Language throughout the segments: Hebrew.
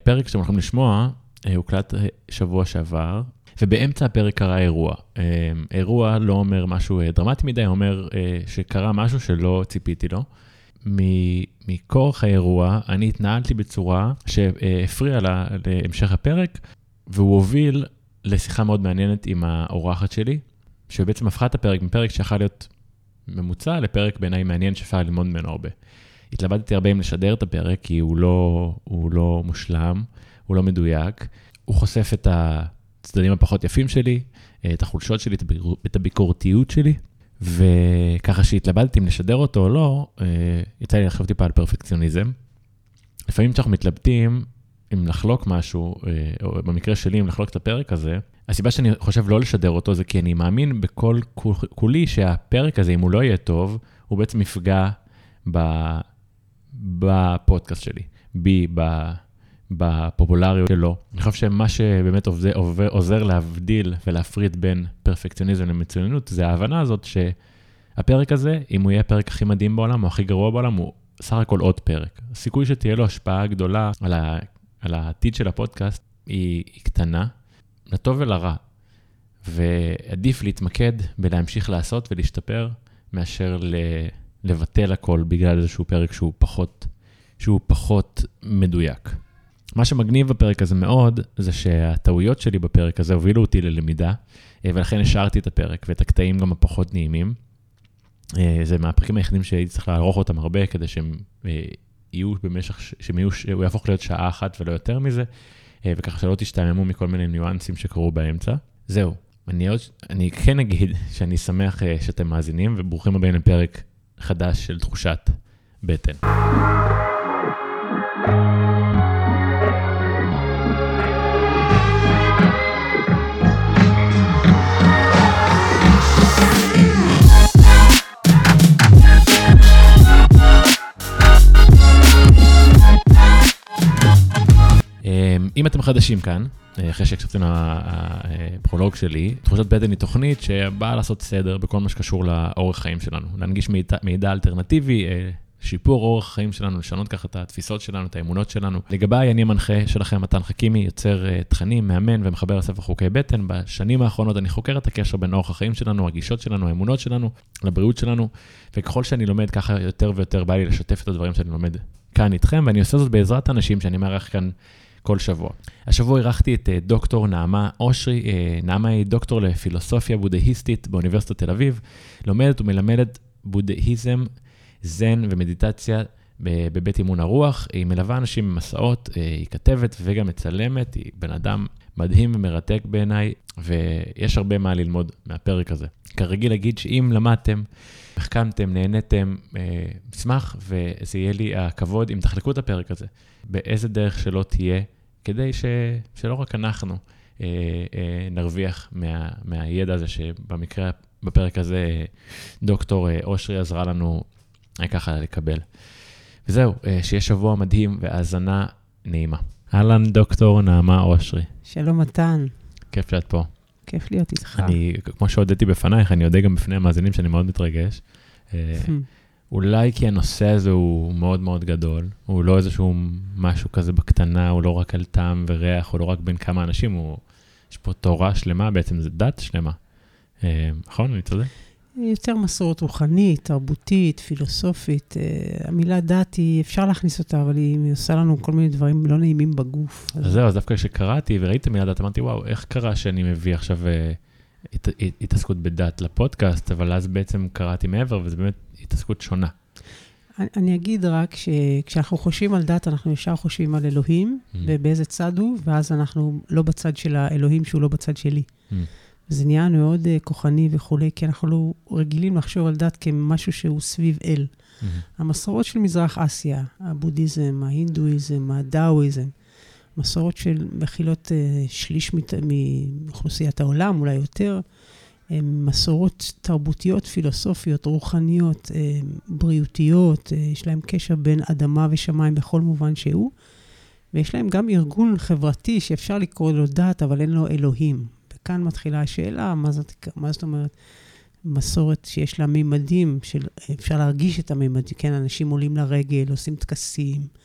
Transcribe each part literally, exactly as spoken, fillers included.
הפרק שאתם הולכים לשמוע, הוקלט שבוע שעבר, ובאמצע הפרק קרה אירוע. אירוע לא אומר משהו דרמטי מדי, אומר שקרה משהו שלא ציפיתי לו. מכורח האירוע, אני התנהלתי בצורה שהפריעה להמשך הפרק, והוא הוביל לשיחה מאוד מעניינת עם האורחת שלי, שבעצם הפכה את הפרק מפרק שיכול להיות ממוצע לפרק בעיניי מעניין שאפשר ללמוד ממנו הרבה. התלבטתי הרבה אם לשדר את הפרק, כי הוא לא, הוא לא מושלם, הוא לא מדויק, הוא חושף את הצדדים הפחות יפים שלי, את החולשות שלי, את הביקורתיות שלי, וככה שהתלבטתי אם לשדר אותו או לא, יצא לי לחשוב טיפה על פרפקציוניזם. לפעמים כשאנחנו מתלבטים אם לחלוק משהו, או במקרה שלי אם לחלוק את הפרק הזה, הסיבה שאני חושב לא לשדר אותו זה כי אני מאמין בכל כולי שהפרק הזה, אם הוא לא יהיה טוב, הוא בעצם יפגע בפודקאסט שלי, בי, בפופולריות שלו. אני חושב שמה שבאמת עוזר להבדיל ולהפריד בין פרפקציוניזם למצוינות, זה ההבנה הזאת שהפרק הזה, אם הוא יהיה הפרק הכי מדהים בעולם או הכי גרוע בעולם, הוא סך הכל עוד פרק. הסיכוי שתהיה לו השפעה גדולה על, ה, על העתיד של הפודקאסט היא, היא קטנה, לטוב ולרע. ועדיף להתמקד בלהמשיך לעשות ולהשתפר, מאשר ל, לבטל הכל בגלל איזשהו פרק שהוא פחות, שהוא פחות מדויק. מה שמגניב בפרק הזה מאוד, זה שהטעויות שלי בפרק הזה הובילו אותי ללמידה, ולכן השארתי את הפרק ואת הקטעים גם הפחות נעימים. זה מהפרקים היחידים שהייתי צריך לערוך אותם הרבה, כדי שהם יהיו במשך, שהוא יהפוך להיות שעה אחת ולא יותר מזה, וככה שלא תשתעממו מכל מיני ניואנסים שקרו באמצע. זהו, אני, עוד, אני כן אגיד שאני שמח שאתם מאזינים, וברוכים הבאים לפרק חדש של תחושת בטן. אם אתם חדשים כאן, אחרי שהקשבתם הפרולוג שלי, תחושת בטן היא תוכנית שבאה לעשות סדר בכל מה שקשור לאורח חיים שלנו. להנגיש מידע, מידע אלטרנטיבי, שיפור אורח חיים שלנו, לשנות ככה את התפיסות שלנו, את האמונות שלנו. לגביי, אני המנחה שלכם, מתן חכימי, יוצר תכנים, מאמן ומחבר לספר חוקי בטן. בשנים האחרונות אני חוקר את הקשר בין אורח החיים שלנו, הגישות שלנו, האמונות שלנו, לבריאות שלנו, וככל שאני לומד ככה יותר ויותר בא לי לשתף את הדברים שאני לומד כאן איתכם, ואני עושה זאת בעזרת אנשים שאני מארח כאן כל שבוע. השבוע אירחתי את דוקטור נעמה אושרי. נעמה היא דוקטור לפילוסופיה בודהיסטית באוניברסיטת תל אביב, לומדת ומלמדת בודהיזם, זן ומדיטציה בבית אימון הרוח. היא מלווה אנשים במסעות, היא כתבת וגם מצלמת, היא בן אדם מדהים ומרתק בעיניי, ויש הרבה מה ללמוד מהפרק הזה. כרגיל להגיד שאם למדתם, החכמתם, נהנתם, מסמך, וזה יהיה לי הכבוד אם תחלקו את הפרק הזה, באיזה דרך שלא תהיה, כדי ש, שלא רק אנחנו אה, אה, נרוויח מה, מהידע הזה, שבמקרה, בפרק הזה, דוקטור אושרי עזרה לנו ככה לקבל. וזהו, אה, שיהיה שבוע מדהים והאזנה נעימה. אהלן דוקטור נעמה אושרי. שלום מתן. כיף שאת פה. כיף להיות איתך. אני, כמו שהודעתי בפנייך, אני יודע גם בפני המאזינים שאני מאוד מתרגש. אולי כי הנושא הזה הוא מאוד מאוד גדול, הוא לא איזשהו משהו כזה בקטנה, הוא לא רק על טעם וריח, הוא לא רק בין כמה אנשים, הוא, יש פה תורה שלמה, בעצם זה דת שלמה. נכון? אני צודק? יותר מסורת רוחנית, תרבותית, פילוסופית. המילה דת היא, אפשר להכניס אותה, אבל היא עושה לנו כל מיני דברים לא נעימים בגוף. אז זהו, אז דווקא כשקראתי וראיתי מילה דת, אמרתי, וואו, איך קרה שאני מביא עכשיו הת, התעסקות בדת לפודקאסט, אבל אז בעצם קראתי מעבר, וזה באמת התעסקות שונה. אני, אני אגיד רק שכשאנחנו חושבים על דת, אנחנו ישר חושבים על אלוהים, mm. ובאיזה צד הוא, ואז אנחנו לא בצד של האלוהים, שהוא לא בצד שלי. Mm. וזה נהיה מאוד uh, כוחני וכולי, כי אנחנו לא רגילים לחשוב על דת כמשהו שהוא סביב אל. Mm-hmm. המסורות של מזרח אסיה, הבודהיזם, ההינדואיזם, הדאואיזם, מסורות של מכילות uh, שליש מת, מאוכלוסיית העולם, אולי יותר, מסורות תרבותיות, פילוסופיות, רוחניות, uh, בריאותיות, uh, יש להם קשר בין אדמה ושמיים בכל מובן שהוא, ויש להם גם ארגון חברתי שאפשר לקרוא לו דת, אבל אין לו אלוהים. כאן מתחילה השאלה, מה זאת, מה זאת אומרת, מסורת שיש לה מימדים, של, אפשר להרגיש את המימדים, כן, אנשים עולים לרגל, עושים טקסים,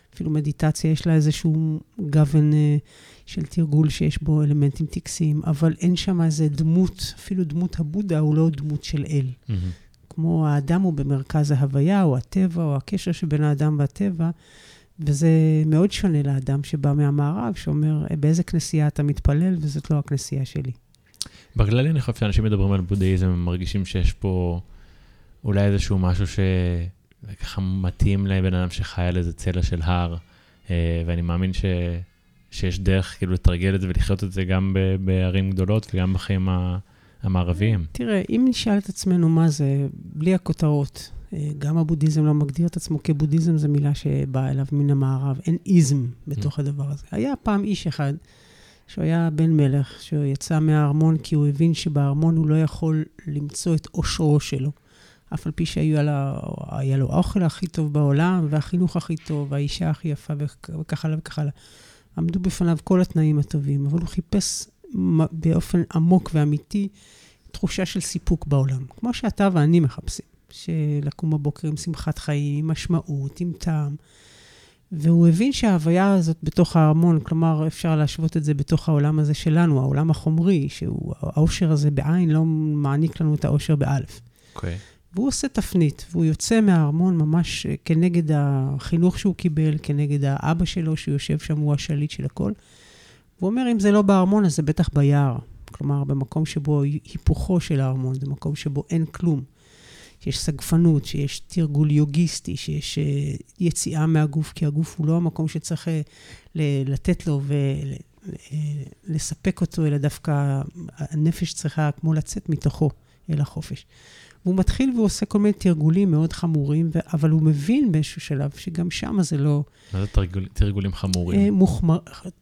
אפילו מדיטציה, יש לה איזשהו גוון של תרגול שיש בו אלמנטים טקסיים, אבל אין שם איזה דמות, אפילו דמות הבודה הוא לא דמות של אל. Mm-hmm. כמו האדם הוא במרכז ההוויה, או הטבע, או הקשר שבין האדם והטבע, וזה מאוד שונה לאדם שבא מהמערב, שאומר, באיזה כנסייה אתה מתפלל, וזאת לא הכנסייה שלי. בכללי אני חושב שאנשים מדברים על בודהיזם, הם מרגישים שיש פה אולי איזשהו משהו שככה מתאים לבן אדם שחי על איזה צלע של הר, ואני מאמין ש... שיש דרך כאילו לתרגל את זה ולחיות את זה גם בערים גדולות וגם בחיים המערביים. תראה, אם נשאל את עצמנו מה זה, בלי הכותרות, גם הבודהיזם לא מגדיר את עצמו כבודהיזם, זו מילה שבאה אליו מן המערב, אין איזם בתוך הדבר הזה. היה פעם איש אחד, שהוא היה בן מלך, שהוא יצא מהארמון כי הוא הבין שבארמון הוא לא יכול למצוא את אושרו שלו. אף על פי שהיה לו האוכל הכי טוב בעולם, והחינוך הכי טוב, והאישה הכי יפה, וכך הלאה וכך הלאה. עמדו בפניו כל התנאים הטובים, אבל הוא חיפש באופן עמוק ואמיתי תחושה של סיפוק בעולם. כמו שאתה ואני מחפשים, שלקום בבוקר עם שמחת חיים, עם משמעות, עם טעם. והוא הבין שההוויה הזאת בתוך הארמון, כלומר אפשר להשוות את זה בתוך העולם הזה שלנו, העולם החומרי, שהאושר הזה בעין לא מעניק לנו את האושר באלף. אוקיי. והוא עושה תפנית, והוא יוצא מהארמון ממש כנגד החינוך שהוא קיבל, כנגד האבא שלו שיושב שם, הוא השליט של הכל. והוא אומר, אם זה לא בארמון, אז זה בטח ביער. כלומר, במקום שבו היפוכו של הארמון, זה מקום שבו אין כלום. שיש סגפנות, שיש תרגול יוגיסטי, שיש יציאה מהגוף, כי הגוף הוא לא המקום שצריך לתת לו ולספק אותו, אלא דווקא הנפש צריכה כמו לצאת מתוכו אל החופש. והוא מתחיל והוא עושה כל מיני תרגולים מאוד חמורים, אבל הוא מבין באיזשהו שלב שגם שם זה לא... מה זה תרגול, תרגולים חמורים? מוחמר,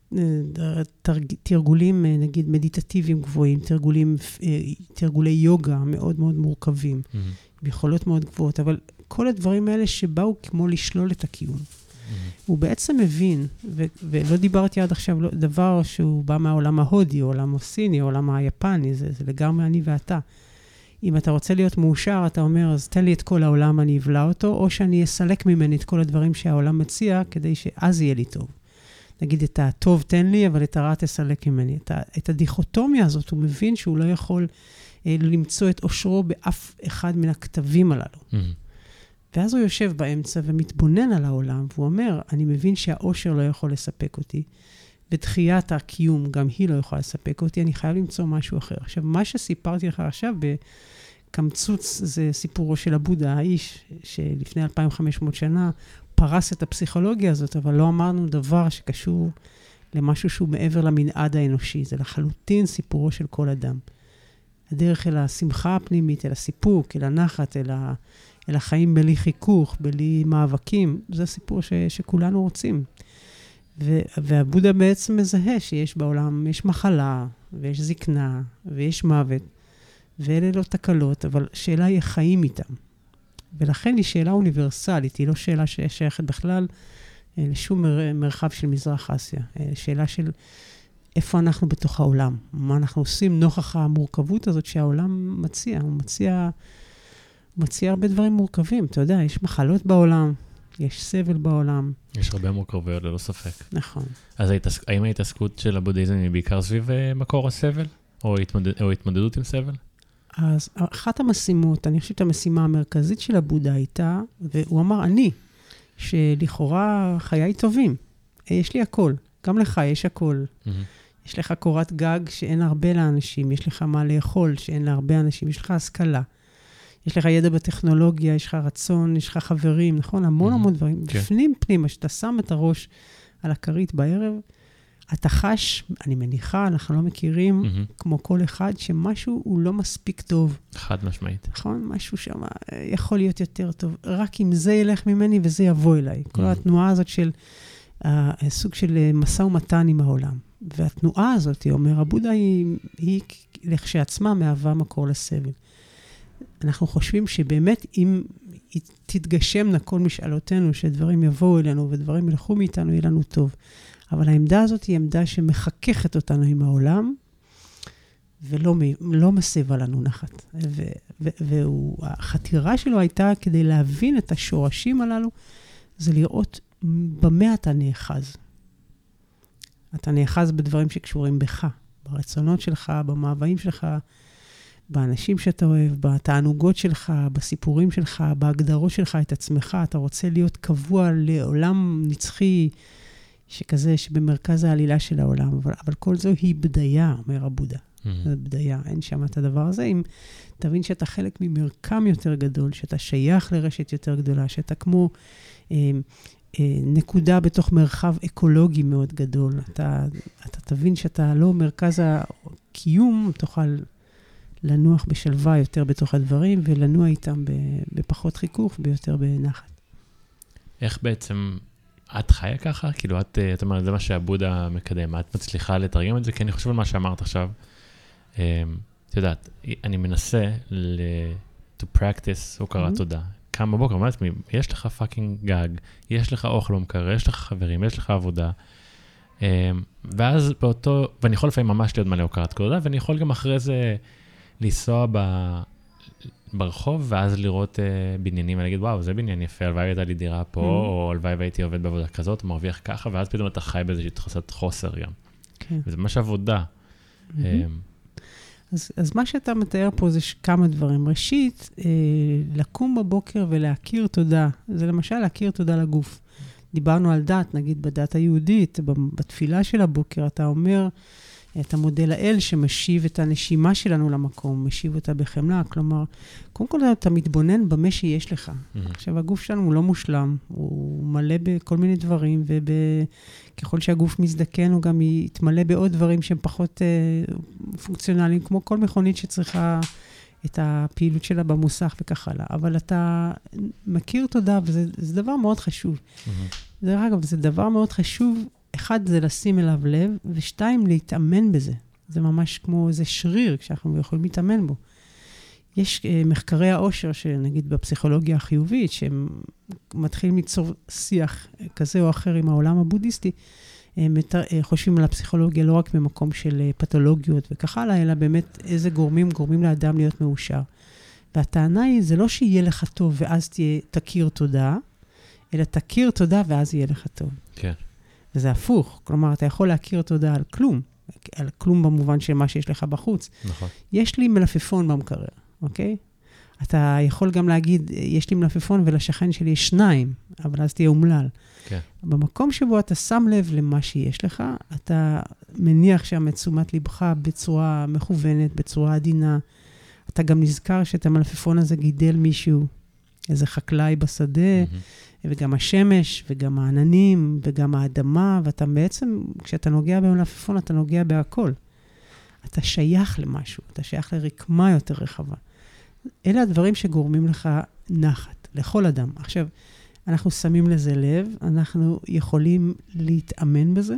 תרגולים, נגיד, מדיטטיביים גבוהים, תרגולים, תרגולי יוגה מאוד מאוד מורכבים, mm-hmm. ביכולות מאוד גבוהות, אבל כל הדברים האלה שבאו כמו לשלול את הקיום. Mm-hmm. הוא בעצם מבין, ו- ולא דיברתי עד עכשיו, לא, דבר שהוא בא מהעולם ההודי, העולם הסיני, העולם היפני, זה, זה לגמרי אני ואתה. אם אתה רוצה להיות מאושר, אתה אומר, אז תן לי את כל העולם, אני אבלע אותו, או שאני אסלק ממני את כל הדברים שהעולם מציע, כדי שאז יהיה לי טוב. נגיד, את הטוב תן לי, אבל את הרע תסלק ממני. את, ה- את הדיכוטומיה הזאת, הוא מבין שהוא לא יכול אה, למצוא את אושרו באף אחד מן הכתבים הללו. Mm-hmm. ואז הוא יושב באמצע ומתבונן על העולם, והוא אומר, אני מבין שהאושר לא יכול לספק אותי, ותחיית הקיום, גם היא לא יכולה לספק אותי, אני חייב למצוא משהו אחר. עכשיו, מה שסיפרתי לך עכשיו, בקמצוץ, זה סיפורו של הבודה, האיש, שלפני אלפיים וחמש מאות שנה, פרס את הפסיכולוגיה הזאת, אבל לא אמרנו דבר שקשור למשהו שהוא מעבר למנעד האנושי. זה לחלוטין סיפורו של כל אדם. הדרך אל השמחה הפנימית, אל הסיפוק, אל הנחת, אל, ה... אל החיים בלי חיכוך, בלי מאבקים, זה סיפור ש... שכולנו רוצים. והבודה בעצם מזהה שיש בעולם, יש מחלה, ויש זקנה, ויש מוות, ואלה לא תקלות, אבל שאלה היא חיים איתם. ולכן היא שאלה אוניברסלית, היא לא שאלה ששייכת בכלל לשום מרחב של מזרח אסיה. שאלה של איפה אנחנו בתוך העולם, מה אנחנו עושים נוכח המורכבות הזאת שהעולם מציע. הוא מציע, הוא מציע הרבה דברים מורכבים, אתה יודע, יש מחלות בעולם, יש סבל בעולם. יש הרבה מורכבויות, ללא ספק. נכון. אז האם ההתעסקות של הבודהיזם היא בעיקר סביב מקור הסבל? או, התמודד, או התמודדות עם סבל? אז אחת המשימות, אני חושבת המשימה המרכזית של הבודה הייתה, והוא אמר, אני, שלכאורה חיי טובים, יש לי הכל, גם לך יש הכל. Mm-hmm. יש לך קורת גג שאין הרבה לאנשים, יש לך מה לאכול שאין להרבה אנשים, יש לך השכלה. יש לך ידע בטכנולוגיה, יש לך רצון, יש לך חברים, נכון? המון המון דברים. בפנים פנימה, שאתה שם את הראש על הכרית בערב, אתה חש, אני מניחה, אנחנו לא מכירים, כמו כל אחד, שמשהו הוא לא מספיק טוב. חד משמעית. נכון? משהו שם יכול להיות יותר טוב. רק אם זה ילך ממני וזה יבוא אליי. כל התנועה הזאת של, סוג של מסע ומתן עם העולם. והתנועה הזאת, היא אומר, הבודה היא לכשעצמה מהווה מקור לסבל. אנחנו חושבים שבאמת אם תתגשמנה כל משאלותינו, שדברים יבואו אלינו ודברים ילכו מאיתנו, יהיה לנו טוב. אבל העמדה הזאת היא עמדה שמחככת אותנו עם העולם, ולא לא מסבה לנו נחת. והחתירה שלו הייתה כדי להבין את השורשים הללו, זה לראות במה אתה נאחז? אתה נאחז בדברים שקשורים בך, ברצונות שלך, במאוויים שלך, באנשים שאתה אוהב, בתענוגות שלך, בסיפורים שלך, בהגדרות שלך את עצמך. אתה רוצה להיות קבוע לעולם נצחי, שכזה, שבמרכז העלילה של העולם. אבל, אבל כל זו היא בדיה, אומר הבודה. Mm-hmm. זה בדיה, אין שם את הדבר הזה. אם תבין שאתה חלק ממרקם יותר גדול, שאתה שייך לרשת יותר גדולה, שאתה כמו אה, אה, נקודה בתוך מרחב אקולוגי מאוד גדול. אתה, אתה תבין שאתה לא מרכז הקיום, תוכל לנוח בשלווה יותר בתוך הדברים, ולנוע איתם בפחות חיכוך ויותר בנחת. איך בעצם את חיה ככה? כאילו, את, את אומרת, זה מה שהבודה מקדם. את מצליחה לתרגם את זה? כי אני חושב על מה שאמרת עכשיו. את יודעת, אני מנסה ל- to practice הוקרת תודה. קם בבוקר, אומרת לעצמי, יש לך פאקינג גג, יש לך אוכל ומקרר, יש לך חברים, יש לך עבודה. ואז באותו, ואני יכול לפעמים ממש להיות מלא הוקרת תודה, ואני יכול גם אחרי זה לנסוע ב... ברחוב, ואז לראות uh, בניינים, ולהגיד, וואו, זה בניין יפה, הלוואי הייתה לי דירה פה, mm-hmm. או הלוואי והייתי עובד בעבודה כזאת, מרוויח ככה, ואז פתאום אתה חי באיזושהי תחושת חוסר גם. כן. וזה ממש עבודה. Mm-hmm. Um, אז, אז מה שאתה מתאר פה זה כמה דברים. ראשית, אה, לקום בבוקר ולהכיר תודה. זה למשל להכיר תודה לגוף. דיברנו על דת, נגיד בדת היהודית, בתפילה של הבוקר, אתה אומר, אתה מודה לאל שמשיב את הנשימה שלנו למקום, משיב אותה בחמלה, כלומר, קודם כל אתה מתבונן במה שיש לך. Mm-hmm. עכשיו, הגוף שלנו הוא לא מושלם, הוא מלא בכל מיני דברים, וככל שהגוף מזדקן, הוא גם יתמלא בעוד דברים שהם פחות אה, פונקציונליים, כמו כל מכונית שצריכה את הפעילות שלה במוסך וכך הלאה. אבל אתה מכיר תודה, וזה זה דבר מאוד חשוב. Mm-hmm. דרך אגב, זה דבר מאוד חשוב, אחד, זה לשים אליו לב, ושתיים, להתאמן בזה. זה ממש כמו איזה שריר, כשאנחנו יכולים להתאמן בו. יש uh, מחקרי האושר, שנגיד בפסיכולוגיה החיובית, שהם מתחילים ליצור שיח כזה או אחר עם העולם הבודהיסטי, הם uh, חושבים על הפסיכולוגיה לא רק במקום של uh, פתולוגיות וכך הלאה, אלא באמת איזה גורמים גורמים לאדם להיות מאושר. והטענה היא, זה לא שיהיה לך טוב ואז תהיה, תכיר תודה, אלא תכיר תודה ואז יהיה לך טוב. כן. וזה הפוך. כלומר, אתה יכול להכיר תודה על כלום, על כלום במובן של מה שיש לך בחוץ. נכון. יש לי מלפפון במקרר, אוקיי? אתה יכול גם להגיד, יש לי מלפפון ולשכן שלי יש שניים, אבל אז תהיה אומלל. כן. במקום שבו אתה שם לב למה שיש לך, אתה מניח שם את תשומת לבך בצורה מכוונת, בצורה עדינה. אתה גם נזכר שאת המלפפון הזה גידל מישהו, איזה חקלאי בשדה, mm-hmm. וגם השמש, וגם העננים, וגם האדמה, ואתה בעצם, כשאתה נוגע במלפפון, אתה נוגע בהכל. אתה שייך למשהו, אתה שייך לרקמה יותר רחבה. אלה הדברים שגורמים לך נחת, לכל אדם. עכשיו, אנחנו שמים לזה לב, אנחנו יכולים להתאמן בזה,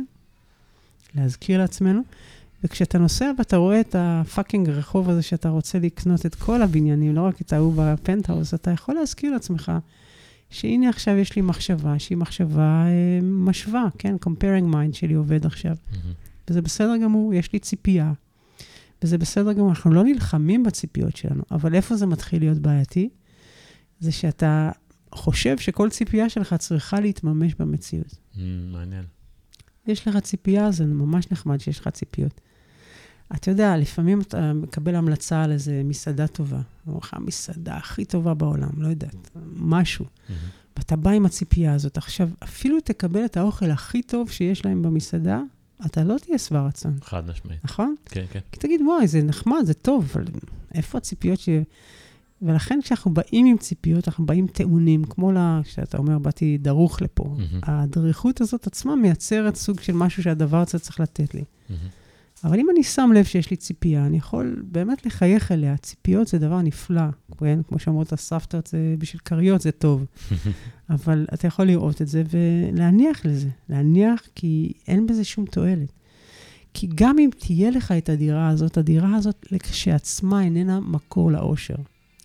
להזכיר לעצמנו, וכשאתה נוסע ואתה רואה את הפאקינג רחוב הזה, שאתה רוצה לקנות את כל הבניינים, לא רק את ההוא בפנטהאוס, אתה יכול להזכיר לעצמך, שהנה עכשיו יש לי מחשבה, שהיא מחשבה אה, משווה, כן? comparing mind שלי עובד עכשיו. Mm-hmm. וזה בסדר גמור, יש לי ציפייה. וזה בסדר גמור, אנחנו לא נלחמים בציפיות שלנו, אבל איפה זה מתחיל להיות בעייתי? זה שאתה חושב שכל ציפייה שלך צריכה להתממש במציאות. Mm, מעניין. יש לך ציפייה, זה ממש נחמד שיש לך ציפיות. אתה יודע, לפעמים אתה מקבל המלצה על איזה מסעדה טובה. הוא אומר לך, המסעדה הכי טובה בעולם, לא יודעת, משהו. Mm-hmm. ואתה בא עם הציפייה הזאת. עכשיו, אפילו תקבל את האוכל הכי טוב שיש להם במסעדה, אתה לא תהיה שבע רצון. חד משמעית. נכון? כן, כן. כי תגיד, וואי, זה נחמד, זה טוב, אבל איפה הציפיות ש... ולכן כשאנחנו באים עם ציפיות, אנחנו באים טעונים, כמו לה, כשאתה אומר, באתי דרוך לפה. Mm-hmm. הדריכות הזאת עצמה מייצרת סוג של משהו שהדבר הזה צריך לתת לי. Mm-hmm. אבל אם אני שם לב שיש לי ציפייה, אני יכול באמת לחייך אליה. ציפיות זה דבר נפלא. כן? כמו שאמרות הסבתות, זה בשביל קריות זה טוב. אבל אתה יכול לראות את זה ולהניח לזה. להניח כי אין בזה שום תועלת. כי גם אם תהיה לך את הדירה הזאת, הדירה הזאת כשעצמה איננה מקור לאושר.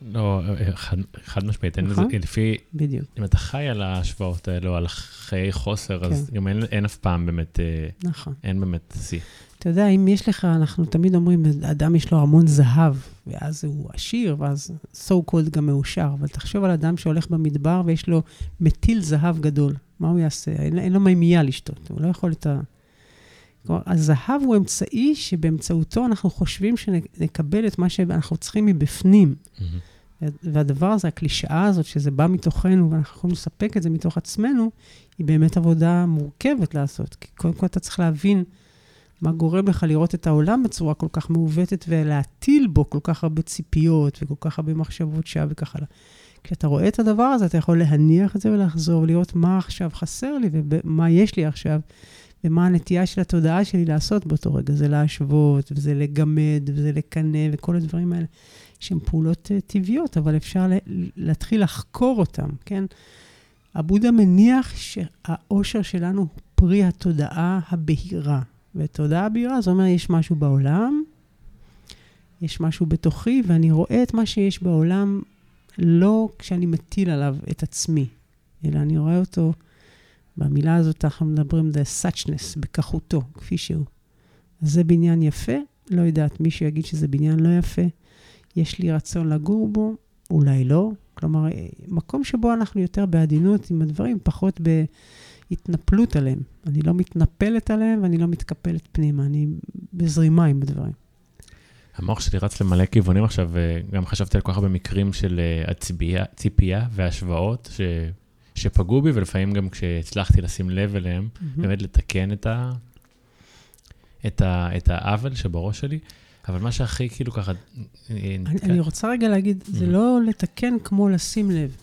לא, חד, חד משמעית, אין נכון? לזה, לפי, בדיוק. אם אתה חי על ההשוואות האלו, על חיי חוסר, כן. אז גם אין, אין אף פעם באמת, נכון. אין באמת שיא. אתה יודע, אם יש לך, אנחנו תמיד אומרים, אדם יש לו המון זהב, ואז הוא עשיר, ואז so called גם מאושר, אבל תחשוב על אדם שהולך במדבר ויש לו מטיל זהב גדול. מה הוא יעשה? אין, אין לו מימייה לשתות, הוא לא יכול את ה... כלומר, הזהב הוא אמצעי שבאמצעותו אנחנו חושבים שנקבל את מה שאנחנו צריכים מבפנים. Mm-hmm. והדבר הזה, הקלישאה הזאת, שזה בא מתוכנו, ואנחנו יכולים לספק את זה מתוך עצמנו, היא באמת עבודה מורכבת לעשות. כי קודם כל אתה צריך להבין מה גורם לך לראות את העולם בצורה כל כך מעוותת, ולהטיל בו כל כך הרבה ציפיות, וכל כך הרבה מחשבות שווא וכך הלאה. כשאתה רואה את הדבר הזה, אתה יכול להניח את זה ולחזור, ולראות מה עכשיו חסר לי, ומה יש לי עכשיו, ומה הנטייה של התודעה שלי לעשות באותו רגע. זה להשוות, וזה לגמד, וזה לקנה, וכל הדברים האלה, שהן פעולות טבעיות, אבל אפשר להתחיל לחקור אותם, כן? הבודה מניח שהאושר שלנו הוא פרי התודעה הבהירה. ותודעה הבהירה, זאת אומרת, יש משהו בעולם, יש משהו בתוכי, ואני רואה את מה שיש בעולם, לא כשאני מטיל עליו את עצמי, אלא אני רואה אותו, במילה הזאת אנחנו מדברים, the suchness, בכחותו, כפי שהוא. אז זה בניין יפה, לא יודעת, מישהו יגיד שזה בניין לא יפה, יש לי רצון לגור בו, אולי לא, כלומר, מקום שבו אנחנו יותר בעדינות עם הדברים, פחות בהתנפלות עליהם. אני לא מתנפלת עליהם, ואני לא מתקפלת פנימה, אני בזרימה עם הדברים. המוח שלי רץ למלא כיוונים עכשיו, וגם חשבתי על כל כך הרבה מקרים של הציפייה וההשוואות, ש... שפגעו בי, ולפעמים גם כשהצלחתי לשים לב אליהם, mm-hmm. באמת לתקן את, ה... את, ה... את העוול שבראש שלי, אבל מה שהכי כאילו ככה... אני, אני רוצה רגע להגיד, mm-hmm. זה לא לתקן כמו לשים לב.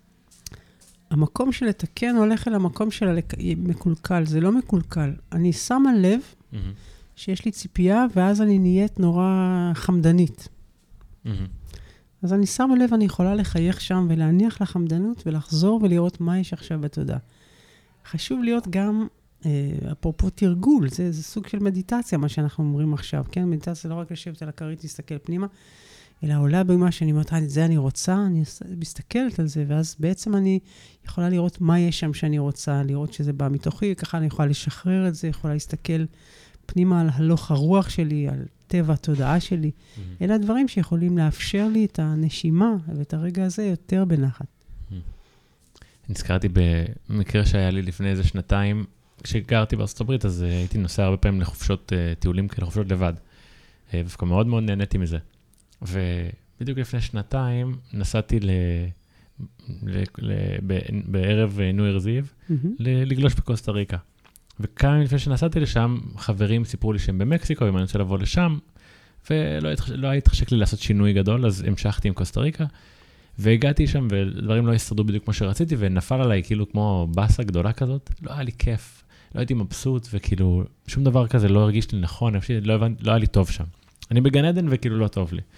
המקום של לתקן הולך אל המקום של מקולקל, זה לא מקולקל. אני שמה לב mm-hmm. שיש לי ציפייה, ואז אני נהיית נורא חמדנית. Mm-hmm. אז אני שמה לב, אני יכולה לחייך שם ולהניח לחמדנות ולחזור ולראות מה יש עכשיו בתודעה. חשוב להיות גם, אה, אפרופו תרגול, זה, זה סוג של מדיטציה, מה שאנחנו אומרים עכשיו, כן? מדיטציה לא רק לשבת על הכרית, להסתכל פנימה, אלא עולה במה שאני אומרת, את זה אני רוצה, אני מסתכלת על זה, ואז בעצם אני יכולה לראות מה יש שם שאני רוצה, לראות שזה בא מתוכי, וככה אני יכולה לשחרר את זה, יכולה להסתכל פנימה על הלוך הרוח שלי, על טבע התודעה שלי. Mm-hmm. אלה הדברים שיכולים לאפשר לי את הנשימה ואת הרגע הזה יותר בנחת. Mm-hmm. נזכרתי במקרה שהיה לי לפני איזה שנתיים, כשגרתי בארצות הברית, אז הייתי נוסע הרבה פעמים לחופשות, טיולים כאלה, חופשות לבד. ופעם מאוד מאוד נהניתי מזה. ובדיוק לפני שנתיים נסעתי ל... ל... ל... ב... בערב ניו יר's Eve, mm-hmm. לגלוש בקוסטה ריקה. וכמה לפני שנסעתי לשם, חברים סיפרו לי שהם במקסיקו, אם אני רוצה לבוא לשם, ולא לא היה התחשק לי לעשות שינוי גדול, אז המשכתי עם קוסטה ריקה, והגעתי שם, ודברים לא הסתדרו בדיוק כמו שרציתי, ונפל עליי כאילו כמו בסה גדולה כזאת, לא היה לי כיף, לא הייתי מבסוט, וכאילו שום דבר כזה לא הרגיש לי נכון, לא, הבנ... לא היה לי טוב שם. אני בגן עדן וכאילו לא טוב לי.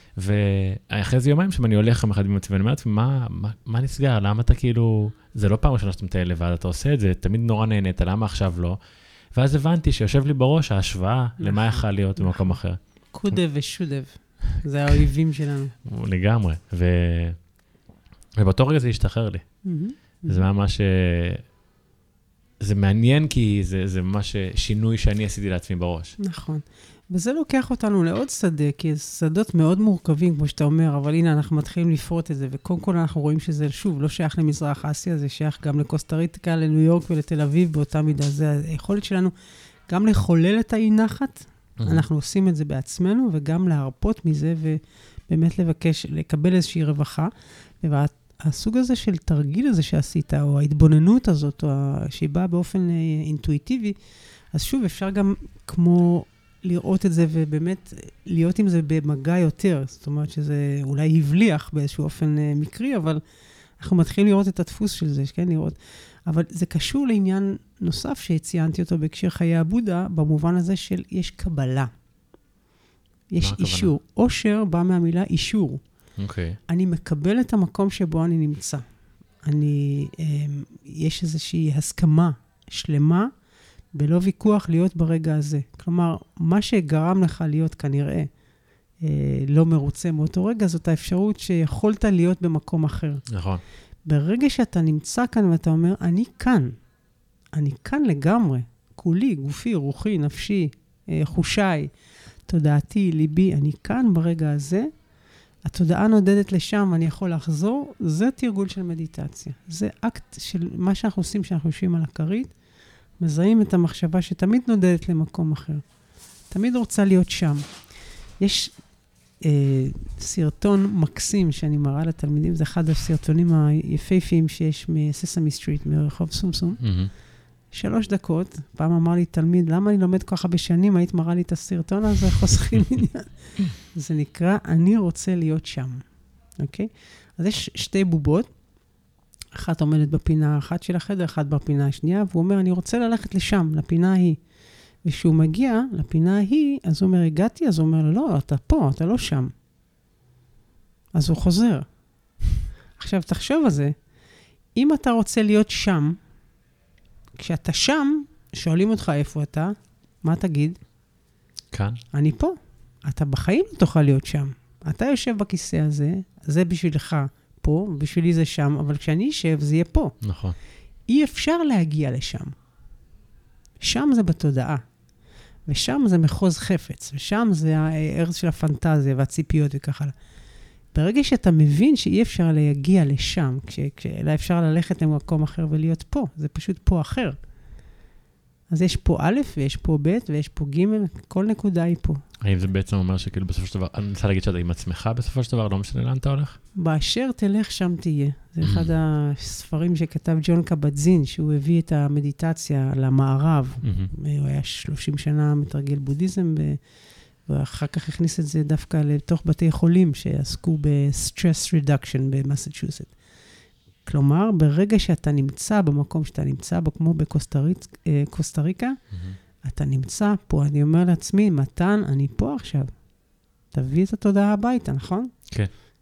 ואחרי זה יומיים שאני הולך עם אחד עם עצמי, ואני אומרת, מה, מה, מה נסגר? למה אתה כאילו, זה לא פעם ראשונה שאתה מטייל לבד, אתה עושה את זה, תמיד נורא נהנית, למה עכשיו לא? ואז הבנתי שיושב לי בראש ההשוואה למה יכול להיות במקום אחר. קודב ושודב, זה האויבים שלנו. לגמרי, ו... ובאותו רגע זה השתחרר לי. זה ממש, זה מעניין כי זה, זה ממש שינוי שאני עשיתי לעצמי בראש. נכון. וזה לוקח אותנו לעוד שדה, כי שדות מאוד מורכבים, כמו שאתה אומר, אבל הנה, אנחנו מתחילים לפרוט את זה, וקודם כל אנחנו רואים שזה, שוב, לא שייך למזרח אסיה, זה שייך גם לקוסטה ריקה, לניו יורק ולתל אביב באותה מידה. זה היכולת שלנו גם לחולל את האי נחת, אנחנו עושים את זה בעצמנו, וגם להרפות מזה, ובאמת לבקש, לקבל איזושהי רווחה. והסוג הזה של תרגיל הזה שעשית, או ההתבוננות הזאת, או שהיא באה באופן אינטואיטיבי, אז שוב, אפשר גם כמו לראות את זה ובאמת להיות עם זה במגע יותר. זאת אומרת שזה אולי הבליח באיזשהו אופן מקרי, אבל אנחנו מתחילים לראות את הדפוס של זה, כן? לראות. אבל זה קשור לעניין נוסף שציינתי אותו בהקשר חיי הבודה, במובן הזה של יש קבלה. יש אישור. אושר בא מהמילה אישור. אוקיי. אני מקבל את המקום שבו אני נמצא. אני, יש איזושהי הסכמה שלמה, בלא ויכוח להיות ברגע הזה. כלומר, מה שגרם לך להיות כנראה לא מרוצה מאותו רגע, זאת האפשרות שיכולת להיות במקום אחר. נכון. ברגע שאתה נמצא כאן ואתה אומר, אני כאן, אני כאן לגמרי, כולי, גופי, רוחי, נפשי, חושיי, תודעתי, ליבי, אני כאן ברגע הזה, התודעה נודדת לשם, אני יכול לחזור, זה תרגול של מדיטציה. זה אקט של מה שאנחנו עושים, שאנחנו יושבים על הכרית, מזהים את המחשבה שתמיד נודדת למקום אחר. תמיד רוצה להיות שם. יש אה, סרטון מקסים שאני מראה לתלמידים, זה אחד הסרטונים היפהפיים שיש מססמי סטריט, מרחוב סומסום. Mm-hmm. שלוש דקות, פעם אמר לי תלמיד, למה אני לומד ככה בשנים, היית מראה לי את הסרטון הזה, חוסכים עניין. זה נקרא, אני רוצה להיות שם. אוקיי? אז יש שתי בובות, אחת עומדת בפינה האחת של החדר, אחת בפינה השנייה, והוא אומר, אני רוצה ללכת לשם, לפינה ההיא. וכשהוא מגיע לפינה ההיא, אז הוא אומר, הגעתי, אז הוא אומר לו, לא, אתה פה, אתה לא שם. אז הוא חוזר. עכשיו, תחשוב על זה, אם אתה רוצה להיות שם, כשאתה שם, שואלים אותך איפה אתה, מה תגיד? כאן. אני פה. אתה בחיים לא תוכל להיות שם. אתה יושב בכיסא הזה, זה בשבילך פה, בשבילי זה שם, אבל כשאני אשב, זה יהיה פה. נכון. אי אפשר להגיע לשם. שם זה בתודעה. ושם זה מחוז חפץ, ושם זה הארץ של הפנטזיה והציפיות וכך הלאה. ברגע שאתה מבין שאי אפשר להגיע לשם, כשאלה אפשר ללכת למקום אחר ולהיות פה, זה פשוט פה אחר. אז יש פה א' ויש פה ב' ויש פה ג', כל נקודה היא פה. האם זה בעצם אומר שכאילו בסופו של דבר, אני רוצה להגיד שאתה עם עצמך בסופו של דבר, לא משנה לאן אתה הולך? באשר תלך שם תהיה. זה אחד הספרים שכתב ג'ון קבט-זין, שהוא הביא את המדיטציה למערב. הוא היה שלושים שנה מתרגל בודהיזם, ואחר כך הכניס את זה דווקא לתוך בתי חולים שעסקו ב-stress reduction במסצ'וסט. כלומר, ברגע שאתה נמצא במקום שאתה נמצא בו, כמו בקוסטה ריקה, אתה נמצא פה. אני אומר לעצמי, מתן, אני פה עכשיו. תביא את התודעה הביתה, נכון? כן.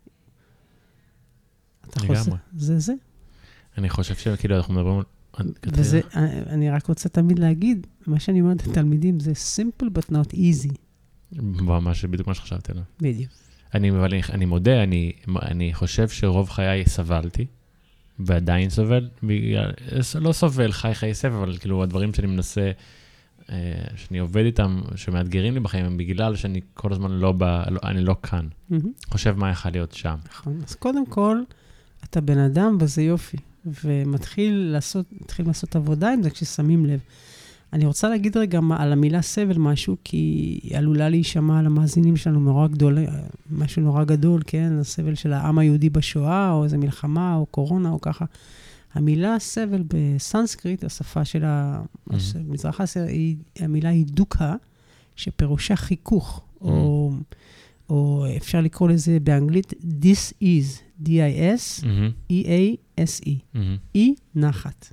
לגמרי. זה זה. אני חושב שכאילו אנחנו מדברים... וזה, אני רק רוצה תמיד להגיד, מה שאני אומרת לתלמידים, זה simple but not easy. ממש, בדיוק מה שחשבתי עליו. בדיוק. אני, אני מודה, אני, אני חושב שרוב חיי סבלתי, ועדיין סובל, בגלל, לא סובל, חי חי סבל, אבל כאילו הדברים שאני מנסה, שאני עובד איתם, שמאתגרים לי בחיים, הם בגלל שאני כל הזמן לא בא, לא, אני לא כאן. Mm-hmm. חושב מה יכול להיות שם. נכון. אז קודם כל, אתה בן אדם וזה יופי, ומתחיל לעשות, מתחיל לעשות עבודה עם זה כששמים לב. אני רוצה להגיד רגע על המילה סבל משהו, כי היא עלולה להישמע על המאזינים שלנו נורא גדול, משהו נורא גדול, כן? הסבל של העם היהודי בשואה, או איזו מלחמה, או קורונה, או ככה. המילה סבל בסנסקריט, השפה של המזרח אסיה, המילה היא דוקה, שפירושה חיכוך, או, או אפשר לקרוא לזה באנגלית, this is, D-I-S, E-A-S-E, אי נחת.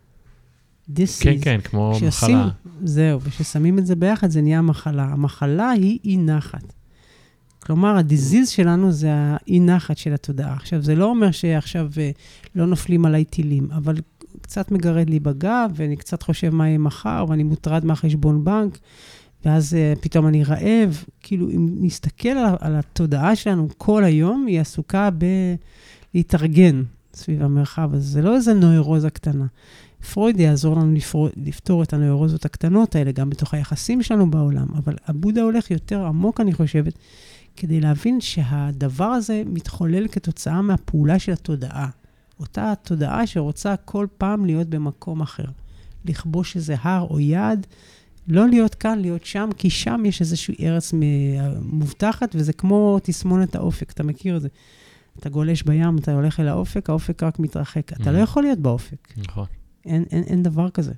כן, כן, כמו מחלה. זהו, וכששמים את זה ביחד, זה נהיה מחלה. המחלה היא אי נחת. כלומר, הדיזיז שלנו זה האי נחת של התודעה. עכשיו, זה לא אומר שעכשיו לא נופלים עליי טילים, אבל קצת מגרד לי בגב, ואני קצת חושב מה יהיה מחר, ואני מוטרד מהחשבון בנק, ואז פתאום אני רעב. כאילו, אם נסתכל על, על התודעה שלנו כל היום, היא עסוקה בלהתארגן סביב המרחב. אז זה לא איזה נוירוזה קטנה. פרויד יעזור לנו לפור, לפתור את הנוירוזות הקטנות האלה, גם בתוך היחסים שלנו בעולם, אבל הבודה הולך יותר עמוק, אני חושבת, כדי להבין שהדבר הזה מתחולל כתוצאה מהפעולה של התודעה. אותה תודעה שרוצה כל פעם להיות במקום אחר. לכבוש איזה הר או יעד, לא להיות כאן, להיות שם, כי שם יש איזושהי ארץ מובטחת, וזה כמו תסמונת האופק, אתה מכיר את זה. אתה גולש בים, אתה הולך אל האופק, האופק רק מתרחק. אתה לא יכול להיות באופק. נכון. אין, אין, אין דבר כזה.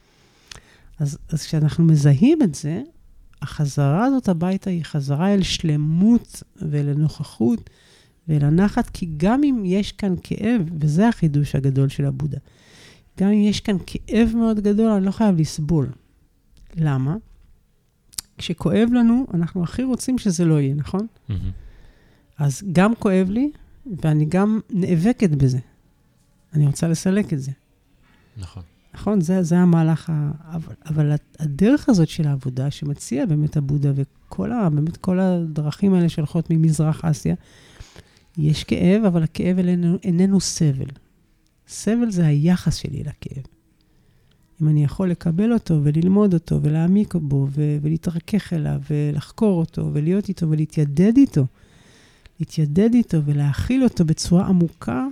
אז, אז כשאנחנו מזהים את זה, החזרה הזאת הביתה היא חזרה אל שלמות ולנוכחות ולנחת, כי גם אם יש כאן כאב, וזה החידוש הגדול של הבודה, גם אם יש כאן כאב מאוד גדול, אני לא חייב לסבול. למה? כשכואב לנו, אנחנו הכי רוצים שזה לא יהיה, נכון? Mm-hmm. אז גם כואב לי, ואני גם נאבקת בזה. אני רוצה לסלק את זה. נכון. נכון, זה, זה המהלך, ה... אבל, אבל הדרך הזאת של העבודה שמציע באמת הבודה, וכל ה... באמת כל הדרכים האלה שהולכות ממזרח אסיה, יש כאב, אבל הכאב איננו, איננו סבל. סבל זה היחס שלי לכאב. אם אני יכול לקבל אותו וללמוד אותו ולהעמיק בו ו- ולהתרכך אליו ולחקור אותו ולהיות איתו ולהתיידד איתו, להתיידד איתו ולהכיל אותו בצורה עמוקה,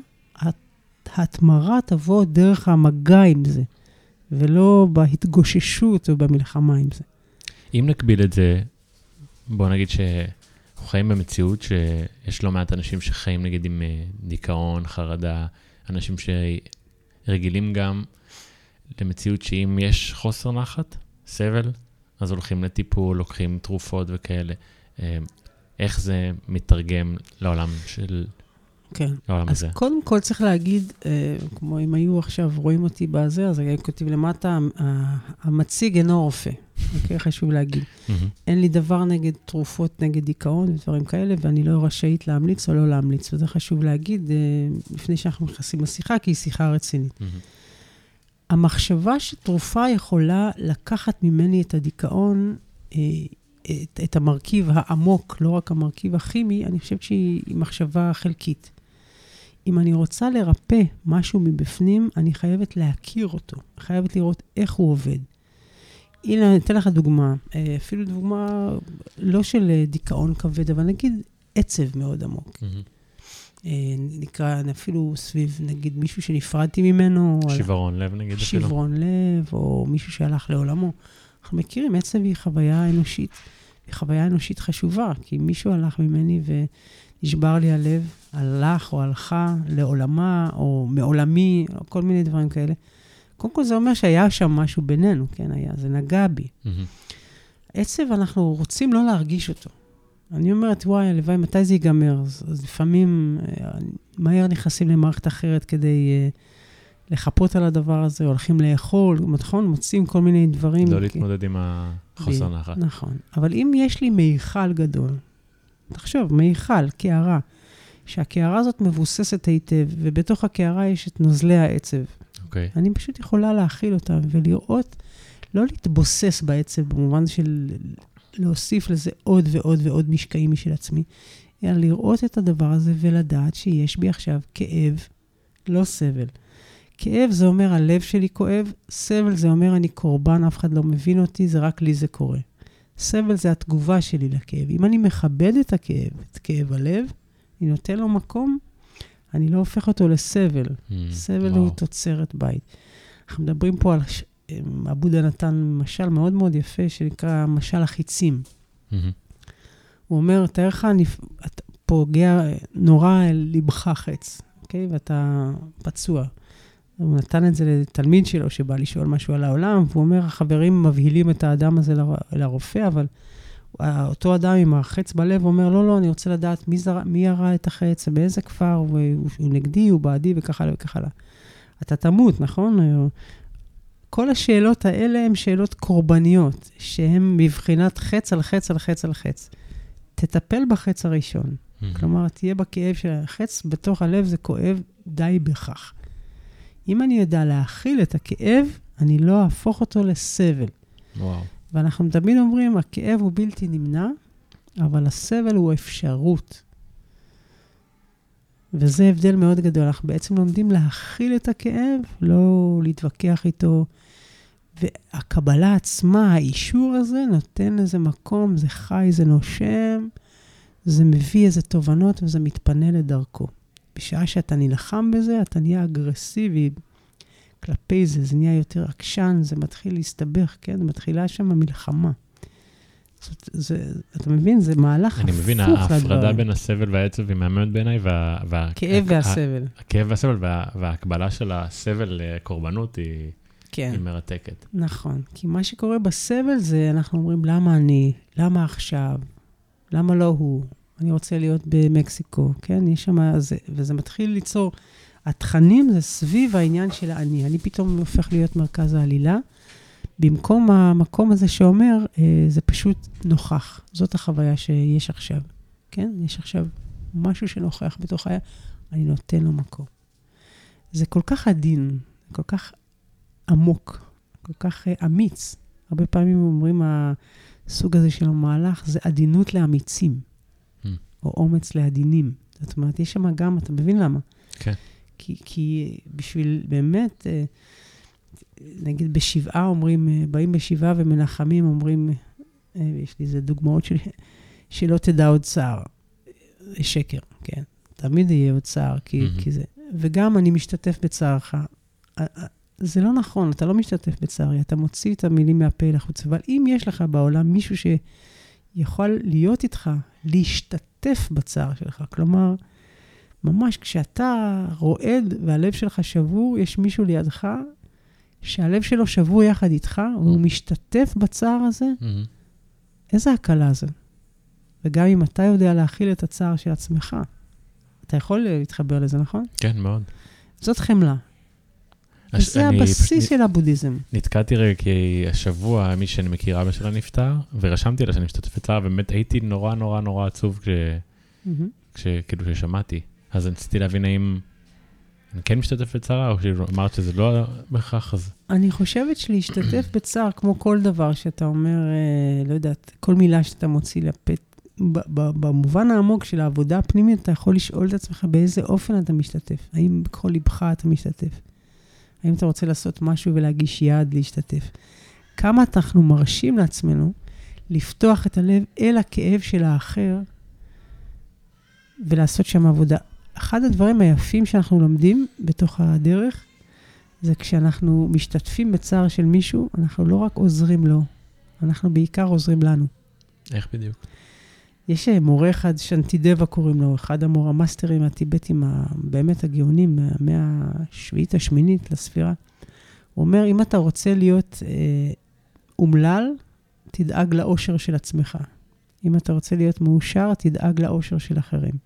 ההתמרה תבוא דרך המגע עם זה, ולא בהתגוששות או במלחמה עם זה. אם נקביל את זה, בוא נגיד שאנחנו חיים במציאות שיש לא מעט אנשים שחיים נגיד עם דיכאון, חרדה, אנשים שרגילים גם למציאות שאם יש חוסר נחת, סבל, אז הולכים לטיפול, לוקחים תרופות וכאלה. איך זה מתרגם לעולם של... כן. לעולם אז הזה? קודם כל צריך להגיד, כמו אם היו עכשיו רואים אותי בזה, אז היה כותב למטה, המציג אינו רופא. אוקיי? חשוב להגיד. אין לי דבר נגד תרופות, נגד דיכאון ודברים כאלה, ואני לא רשאית להמליץ או לא להמליץ. וזה חשוב להגיד, לפני שאנחנו נכנסים לשיחה, כי היא שיחה רצינית. המחשבה שתרופה יכולה לקחת ממני את הדיכאון, את, את המרכיב העמוק, לא רק המרכיב הכימי, אני חושבת שהיא מחשבה חלקית. אם אני רוצה לרפא משהו מבפנים, אני חייבת להכיר אותו, חייבת לראות איך הוא עובד. הנה, אני אתן לך דוגמה, אפילו דוגמה לא של דיכאון כבד, אבל נגיד עצב מאוד עמוק. Mm-hmm. נקרא אפילו סביב, נגיד, מישהו שנפרדתי ממנו. שברון לב, נגיד. שברון לב, או מישהו שהלך לעולמו. אנחנו מכירים, עצב היא חוויה אנושית. היא חוויה אנושית חשובה, כי מישהו הלך ממני ונשבר לי הלב, הלך או הלכה לעולמה, או מעולמי, או כל מיני דברים כאלה. קודם כל זה אומר שהיה שם משהו בינינו, כן, היה, זה נגע בי. Mm-hmm. עצב, אנחנו רוצים לא להרגיש אותו. אני אומרת, וואי, הלוואי, מתי זה ייגמר? אז, אז לפעמים מהר נכנסים למערכת אחרת כדי uh, לחפות על הדבר הזה, הולכים לאכול, נכון? מוצאים כל מיני דברים. לא להתמודד עם החוסר נחת. נכון. אבל אם יש לי מיכל גדול, תחשוב, מיכל, קערה, שהקערה הזאת מבוססת היטב, ובתוך הקערה יש את נוזלי העצב. אוקיי. אני פשוט יכולה להכיל אותה ולראות, לא להתבוסס בעצב, במובן של להוסיף לזה עוד ועוד ועוד משקעים משל עצמי, אלא לראות את הדבר הזה ולדעת שיש בי עכשיו כאב, לא סבל. כאב זה אומר, הלב שלי כואב, סבל זה אומר, אני קורבן, אף אחד לא מבין אותי, זה רק לי זה קורה. סבל זה התגובה שלי לכאב. אם אני מכבד את הכאב, את כאב הלב, אני נותן לו מקום, אני לא הופך אותו לסבל. Mm, סבל וואו. הוא תוצרת בית. אנחנו מדברים פה על... הבודה נתן משל מאוד מאוד יפה, שנקרא משל החיצים. Mm-hmm. הוא אומר, תאר לך, אתה פוגע נורא אל לבך חץ, אוקיי? ואתה פצוע. הוא נתן את זה לתלמיד שלו, שבא לשאול משהו על העולם, והוא אומר, החברים מבהילים את האדם הזה לרופא, אבל אותו אדם עם החץ בלב אומר, לא, לא, אני רוצה לדעת מי, זר, מי ירה את החץ, באיזה כפר, הוא, הוא נגדי, הוא בעדי, וככה וככה. אתה תמות, נכון? כל השאלות האלה הן שאלות קורבניות, שהן מבחינת חץ על חץ על חץ על חץ. תטפל בחץ הראשון. Mm-hmm. כלומר, תהיה בכאב של החץ, בתוך הלב זה כואב, די בכך. אם אני יודע להכיל את הכאב, אני לא אהפוך אותו לסבל. וואו. ואנחנו תמיד אומרים, הכאב הוא בלתי נמנע, אבל הסבל הוא אפשרות. וזה הבדל מאוד גדול. אנחנו בעצם לומדים להכיל את הכאב, לא להתווכח איתו. והקבלה עצמה, האישור הזה, נותן איזה מקום, זה חי, זה נושם, זה מביא איזה תובנות וזה מתפנה לדרכו. בשעה שאתה נלחם בזה, אתה נהיה אגרסיבי כלפי זה, זה נהיה יותר עקשן, זה מתחיל להסתבך, כן? מתחילה שם המלחמה. זאת, זה, אתה מבין? זה מהלך הפוך לדברים. אני מבין, ההפרדה בין הסבל והעצב היא מהממת בעיניי, וה... וה... כאב והסבל. הכאב והסבל, וה... וההקבלה של הסבל לקורבנות היא... כן. היא מרתקת. נכון. כי מה שקורה בסבל זה, אנחנו אומרים, למה אני? למה עכשיו? למה לא הוא? אני רוצה להיות במקסיקו, כן? יש שם, זה, וזה מתחיל ליצור, התכנים זה סביב העניין של אני. אני פתאום הופך להיות מרכז העלילה, במקום המקום הזה שאומר, אה, זה פשוט נוכח. זאת החוויה שיש עכשיו, כן? יש עכשיו משהו שנוכח בתוך היה, אני נותן לו מקום. זה כל כך עדין, כל כך עמוק, כל כך אמיץ. הרבה פעמים אומרים, הסוג הזה של המהלך, זה עדינות לאמיצים, mm. או אומץ לעדינים. זאת אומרת, יש שם גם, אתה מבין למה? כן. Okay. כי, כי בשביל באמת, נגיד בשבעה אומרים, באים בשבעה ומנחמים, אומרים, יש לי איזה דוגמאות של, שלא תדע עוד צער. שקר, כן. תמיד יהיה עוד צער, כי, mm-hmm. כי זה... וגם אני משתתף בצערך. זה לא נכון, אתה לא משתתף בצערי, אתה מוציא את המילים מהפה לחוץ, אבל אם יש לך בעולם מישהו שיכול להיות איתך, להשתתף בצער שלך, כלומר, ממש כשאתה רועד והלב שלך שבור, יש מישהו לידך, שהלב שלו שבור יחד איתך, והוא משתתף בצער הזה, mm-hmm. איזה הקלה זה. וגם אם אתה יודע להכיל את הצער של עצמך, אתה יכול להתחבר לזה, נכון? כן, מאוד. זאת חמלה. וזה הבסיס של הבודהיזם. נתקעתי רגע, כי השבוע מי שאני מכיר, אבא שלה נפטר, ורשמתי לה שאני משתתף בצער, ובאמת הייתי נורא נורא נורא עצוב כשכאילו ששמעתי. אז רציתי להבין האם אני כן משתתף בצער, או שאמרת שזה לא בכך, אז... אני חושבת שלהשתתף בצער, כמו כל דבר שאתה אומר, לא יודעת, כל מילה שאתה מוציא לפת, במובן העמוק של העבודה הפנימית, אתה יכול לשאול את עצמך באיזה אופן אתה משתתף. האם בכל ליבך אתה משתתף? האם אתה רוצה לעשות משהו ולהגיש יד להשתתף? כמה אנחנו מרשים לעצמנו לפתוח את הלב אל הכאב של האחר ולעשות שם עבודה. אחד הדברים היפים שאנחנו לומדים בתוך הדרך, זה כשאנחנו משתתפים בצער של מישהו, אנחנו לא רק עוזרים לו, אנחנו בעיקר עוזרים לנו. איך בדיוק? יש מורה אחד, שנטידבה קוראים לו, אחד המורה המאסטרים הטיבטים, באמת הגאונים, מהמאה השביעית השמינית לספירה. הוא אומר, אם אתה רוצה להיות אה, אומלל, תדאג לאושר של עצמך. אם אתה רוצה להיות מאושר, תדאג לאושר של אחרים.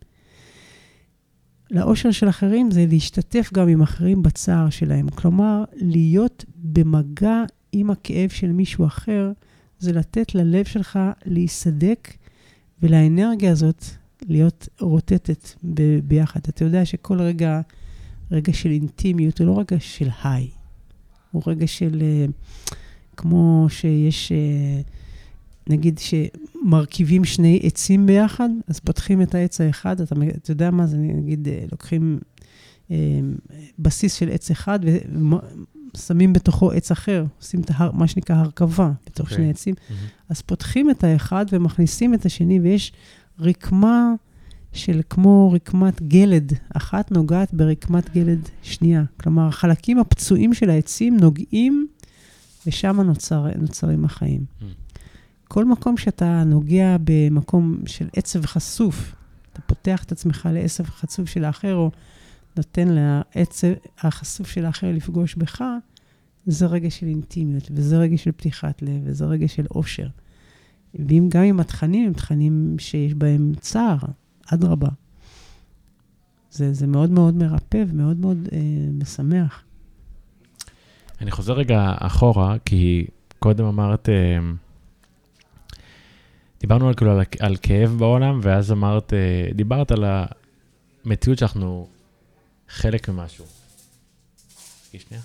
לאושר של אחרים זה להשתתף גם עם אחרים בצער שלהם. כלומר, להיות במגע עם הכאב של מישהו אחר, זה לתת ללב שלך להיסדק, ולאנרגיה הזאת להיות רוטטת ב- ביחד. אתה יודע שכל רגע, רגע של אינטימיות, הוא לא רגע של היי. הוא רגע של, כמו שיש, נגיד שמרכיבים שני עצים ביחד, אז פותחים את העץ האחד, אתה, אתה יודע מה זה, נגיד, לוקחים בסיס של עץ אחד, ושמים בתוכו עץ אחר, עושים את הר, מה שנקרא הרכבה, בתוך okay. שני עצים, mm-hmm. אז פותחים את האחד ומכניסים את השני, ויש רקמה של כמו רקמת גלד, אחת נוגעת ברקמת גלד שנייה. כלומר, החלקים הפצועים של העצים נוגעים, ושם נוצר, נוצרים החיים. Mm. כל מקום שאתה נוגע במקום של עצב חשוף, אתה פותח את עצמך לעצב חשוף של האחר, או נותן לעצב החשוף של האחר לפגוש בך, זה רגע של אינטימיות, וזה רגע של פתיחת לב, וזה רגע של אושר. ואם גם עם התכנים, הם תכנים שיש בהם צער, עד רבה. זה, זה מאוד מאוד מרפא ומאוד מאוד אה, משמח. אני חוזר רגע אחורה, כי קודם אמרת, אה, דיברנו על, כאילו, על, על כאב בעולם, ואז אמרת, אה, דיברת על המציאות שאנחנו חלק ממשהו. תגיש שנייה.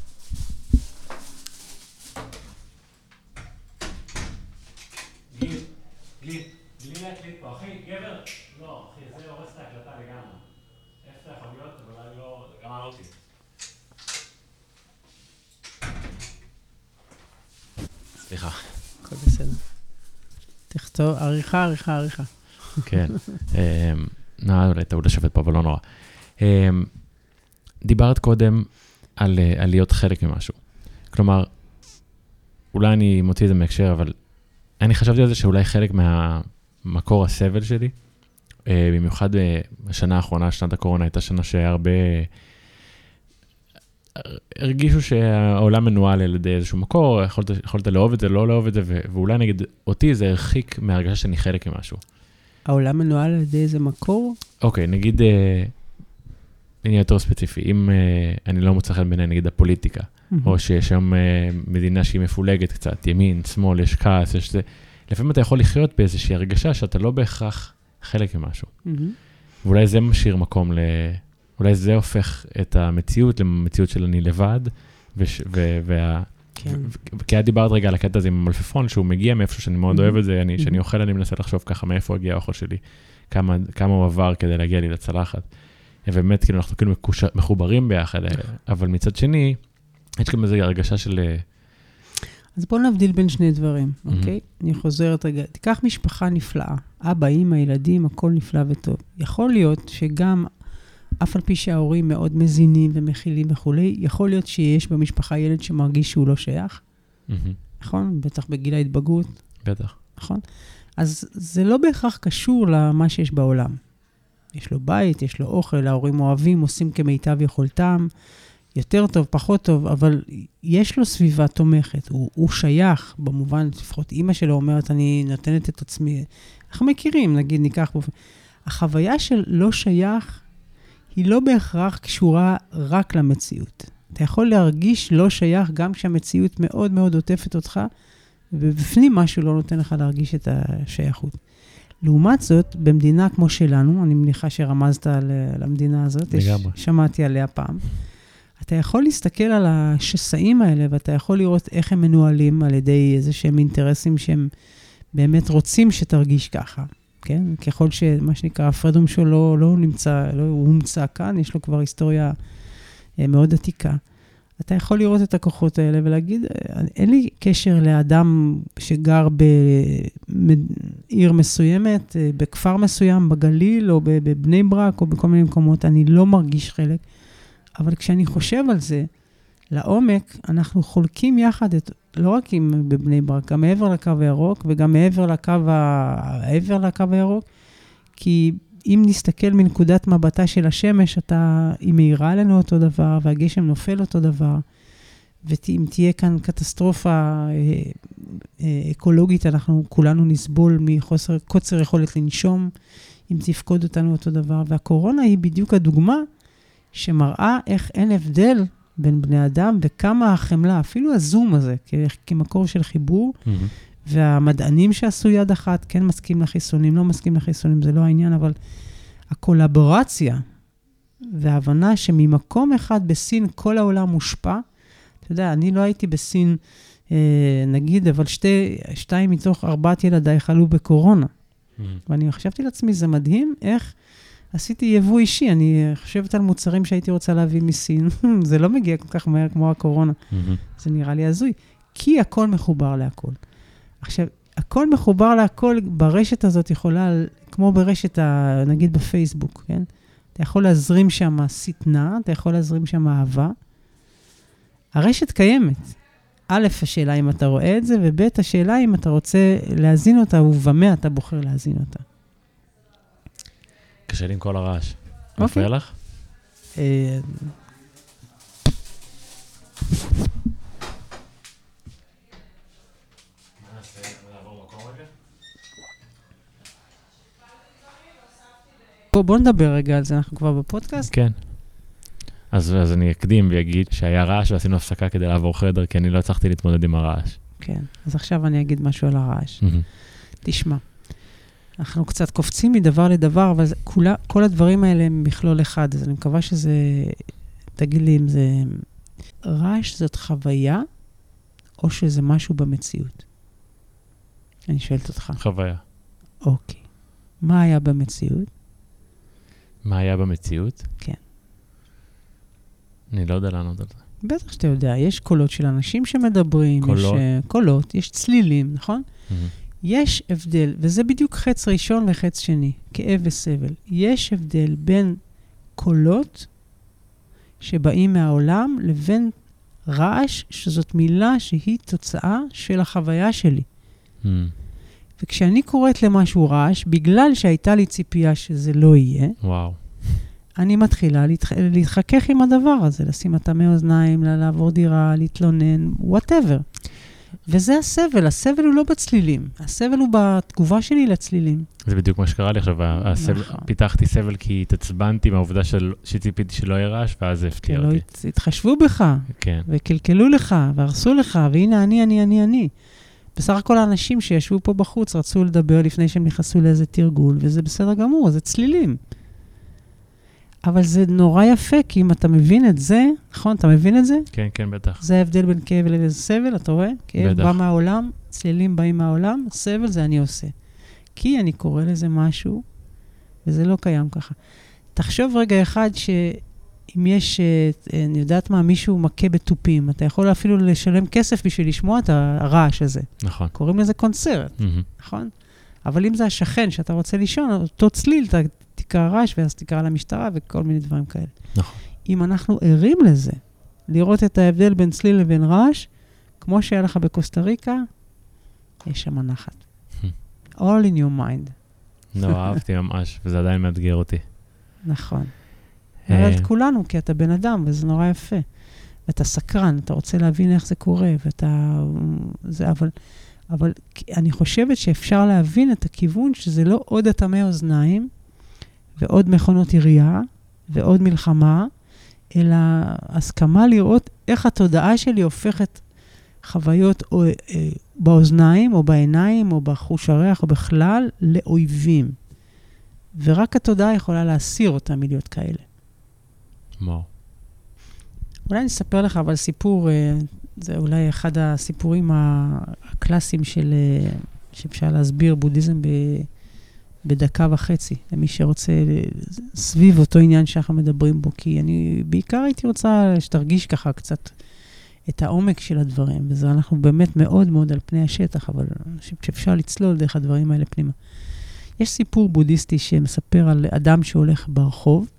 גיל, גיל, גיל להקליט פה, אחי, גבר. לא, אחי, זה הורס את ההקלטה לגמרי. איך זה יכול להיות, אבל אולי לא, זה גמר אותי. סליחה. הכל בסדר. תכתוב, עריכה, עריכה, עריכה. כן. נראה, אולי טעות לשבת פה, אבל לא נורא. דיברת קודם על להיות חלק ממשהו. כלומר, אולי אני מוציא את זה מהקשר, אבל אני חשבתי על זה שאולי חלק מהמקור הסבל שלי, במיוחד בשנה האחרונה, שנת הקורונה, הייתה שנה שהרבה הרגישו שהעולם מנוהל על ידי איזשהו מקור, יכולת, יכולת לאהוב את זה, לא לאהוב את זה, ואולי נגיד, אותי זה הרחיק מהרגשה שאני חלק ממשהו. העולם מנוהל על ידי איזה מקור? אוקיי, נגיד, אני יותר ספציפי, אם אני לא מוצא חן בעיני, נגיד הפוליטיקה, או שיש שם מדינה שהיא מפולגת קצת, ימין, שמאל, יש כעס, יש זה, לפעמים אתה יכול לחיות באיזושהי הרגשה שאתה לא בהכרח חלק ממשהו. ואולי זה משאיר מקום ל... אולי זה הופך את המציאות למציאות של אני לבד, כי את דיברת רגע על הקטע הזה עם המלפפון, שהוא מגיע מאיפה שאני מאוד אוהב את זה, שאני אוכל, אני מנסה לחשוב ככה מאיפה הגיע האוכל שלי, כמה הוא עבר כדי להגיע לי לצלחת. ובאמת, כאילו, אנחנו כאילו מחוברים ביחד, אבל מצד שני, יש גם איזו הרגשה של... אז בואו נבדיל בין שני דברים, אוקיי? אני חוזרת רגע, תיקח משפחה נפלאה, אבא, אמא, ילדים, הכל נפלא וטוב. יכול להיות שגם, אף על פי שההורים מאוד מזינים ומכילים וכולי, יכול להיות שיש במשפחה ילד שמרגיש שהוא לא שייך, נכון? בטח בגיל ההתבגרות. בטח. נכון? אז זה לא בהכרח קשור למה שיש בעולם. יש לו בית, יש לו אוכל, ההורים אוהבים, עושים כמיטב יכולתם, יותר טוב, פחות טוב, אבל יש לו סביבה תומכת, הוא, הוא שייך, במובן, לפחות אמא שלו אומרת, אני נותנת את עצמי, אנחנו מכירים, נגיד, ניקח באופן. החוויה של לא שייך, היא לא בהכרח קשורה רק למציאות. אתה יכול להרגיש לא שייך, גם כשהמציאות מאוד מאוד עוטפת אותך, ובפנים משהו לא נותן לך להרגיש את השייכות. לעומת זאת, במדינה כמו שלנו, אני מניחה שרמזת על, על המדינה הזאת, יש, שמעתי עליה פעם, אתה יכול להסתכל על השסעים האלה, ואתה יכול לראות איך הם מנוהלים על ידי איזה שהם אינטרסים שהם באמת רוצים שתרגיש ככה, כן? ככל שמה שנקרא, הפרדום שלו לא, לא נמצא, לא, הוא הומצא כאן, יש לו כבר היסטוריה מאוד עתיקה. אתה יכול לראות את הכוחות האלה ולהגיד, אין לי קשר לאדם שגר בעיר מסוימת, בכפר מסוים, בגליל, או בבני ברק, או בכל מיני מקומות, אני לא מרגיש חלק. אבל כשאני חושב על זה, לעומק, אנחנו חולקים יחד, את, לא רק עם בבני ברק, גם מעבר לקו הירוק, וגם מעבר לקו, העבר לקו הירוק, כי אם נסתכל מנקודת מבטה של השמש, אתה, היא מאירה לנו אותו דבר, והגשם נופל אותו דבר, ואם תהיה כאן קטסטרופה אקולוגית, אנחנו כולנו נסבול מחוסר, קוצר יכולת לנשום, אם תפקוד אותנו אותו דבר, והקורונה היא בדיוק הדוגמה, שמראה איך אין הבדל בין בני אדם, וכמה החמלה, אפילו הזום הזה, כמקור של חיבור, mm-hmm. והמדענים שעשו יד אחת, כן מסכים לחיסונים, לא מסכים לחיסונים, זה לא העניין, אבל הקולבורציה, וההבנה שממקום אחד בסין כל העולם מושפע, אתה יודע, אני לא הייתי בסין, אה, נגיד, אבל שתי, שתיים מתוך ארבעת ילדיי חלו בקורונה. Mm-hmm. ואני חשבתי לעצמי, זה מדהים איך עשיתי יבוא אישי, אני חושבת על מוצרים שהייתי רוצה להביא מסין, זה לא מגיע כל כך מהר כמו הקורונה, mm-hmm. זה נראה לי הזוי, כי הכל מחובר להכל. עכשיו, הכל מחובר להכל, ברשת הזאת יכולה, כמו ברשת, ה, נגיד בפייסבוק, כן? אתה יכול להזרים שם סתנה, אתה יכול להזרים שם אהבה. הרשת קיימת. א', השאלה אם אתה רואה את זה, וב', השאלה אם אתה רוצה להזין אותה, ובמה אתה בוחר להזין אותה. קשה לי עם כל הרעש. מפריע לך? בוא נדבר רגע על זה, אנחנו כבר בפודקאסט. כן. אז, אז אני אקדים ויגיד שהיה רעש ועשינו הפסקה כדי לעבור חדר, כי אני לא הצלחתי להתמודד עם הרעש. כן, אז עכשיו אני אגיד משהו על הרעש. תשמע, אנחנו קצת קופצים מדבר לדבר, אבל זה, כולה, כל הדברים האלה הם מכלול אחד, אז אני מקווה שזה, תגיד לי אם זה רעש זאת חוויה, או שזה משהו במציאות. אני שואלת אותך. חוויה. אוקיי. מה היה במציאות? מה היה במציאות? כן. אני לא יודע לענות על זה. בטח שאתה יודע, יש קולות של אנשים שמדברים, קולות. יש uh, קולות, יש צלילים, נכון? Mm-hmm. יש הבדל, וזה בדיוק חץ ראשון וחץ שני, כאב וסבל. יש הבדל בין קולות שבאים מהעולם לבין רעש, שזאת מילה שהיא תוצאה של החוויה שלי. Mm. וכשאני קוראת למשהו רעש, בגלל שהייתה לי ציפייה שזה לא יהיה, וואו. אני מתחילה להתח... להתחכך עם הדבר הזה, לשים אטמי אוזניים, לעבור דירה, להתלונן, whatever. וזה הסבל, הסבל הוא לא בצלילים, הסבל הוא בתגובה שלי לצלילים. זה בדיוק מה שקרה לי עכשיו, הסבל, פיתחתי סבל כי התעצבנתי מהעובדה של... שציפיתי שלא יהיה רעש, ואז זה הפתיע אותי. לא התחשבו בך, כן. וקלקלו לך, והרסו לך, והנה אני, אני, אני, אני. בסך הכל האנשים שישבו פה בחוץ רצו לדבר לפני שהם נכנסו לאיזה תרגול, וזה בסדר גמור, זה צלילים. אבל זה נורא יפה, כי אם אתה מבין את זה, נכון? אתה מבין את זה? כן, כן, בטח. זה ההבדל בין כאב לסבל, אתה רואה? כאב בא מהעולם, צלילים באים מהעולם, סבל זה אני עושה. כי אני קורא לזה משהו, וזה לא קיים ככה. תחשוב רגע אחד שאם יש, אני יודעת מה, מישהו מכה בטופים, אתה יכול אפילו לשלם כסף בשביל לשמוע את הרעש הזה. נכון. קוראים לזה קונצרט, נכון? אבל אם זה השכן שאתה רוצה לישון, אותו צליל, אתה תקרא רעש, ואז תקרא למשטרה וכל מיני דברים כאלה. נכון. אם אנחנו ערים לזה, לראות את ההבדל בין צליל לבין רעש, כמו שהיה לך בקוסטה ריקה, יש שם נחת. All in your mind. לא, אהבתי ממש, וזה עדיין מאתגר אותי. נכון. אבל את כולנו, כי אתה בן אדם, וזה נורא יפה. ואתה סקרן, אתה רוצה להבין איך זה קורה, ואתה... זה, אבל, אבל אני חושבת שאפשר להבין את הכיוון שזה לא עוד אטמי אוזניים, ועוד מכונות עירייה, ועוד מלחמה, אלא הסכמה לראות איך התודעה שלי הופכת חוויות או, אה, באוזניים, או בעיניים, או בחוש הריח, או בכלל, לאויבים. ורק התודעה יכולה להסיר אותם מלהיות כאלה. וואו. אולי אני אספר לך, אבל סיפור, אה, זה אולי אחד הסיפורים הקלאסיים של, אה, שאפשר להסביר בודהיזם ב... בדקה וחצי, למי שרוצה סביב אותו עניין שאנחנו מדברים בו, כי אני בעיקר הייתי רוצה שתרגיש ככה קצת את העומק של הדברים, וזה אנחנו באמת מאוד מאוד על פני השטח, אבל אני חושבת שאפשר לצלול דרך הדברים האלה פנימה. יש סיפור בודהיסטי שמספר על אדם שהולך ברחוב,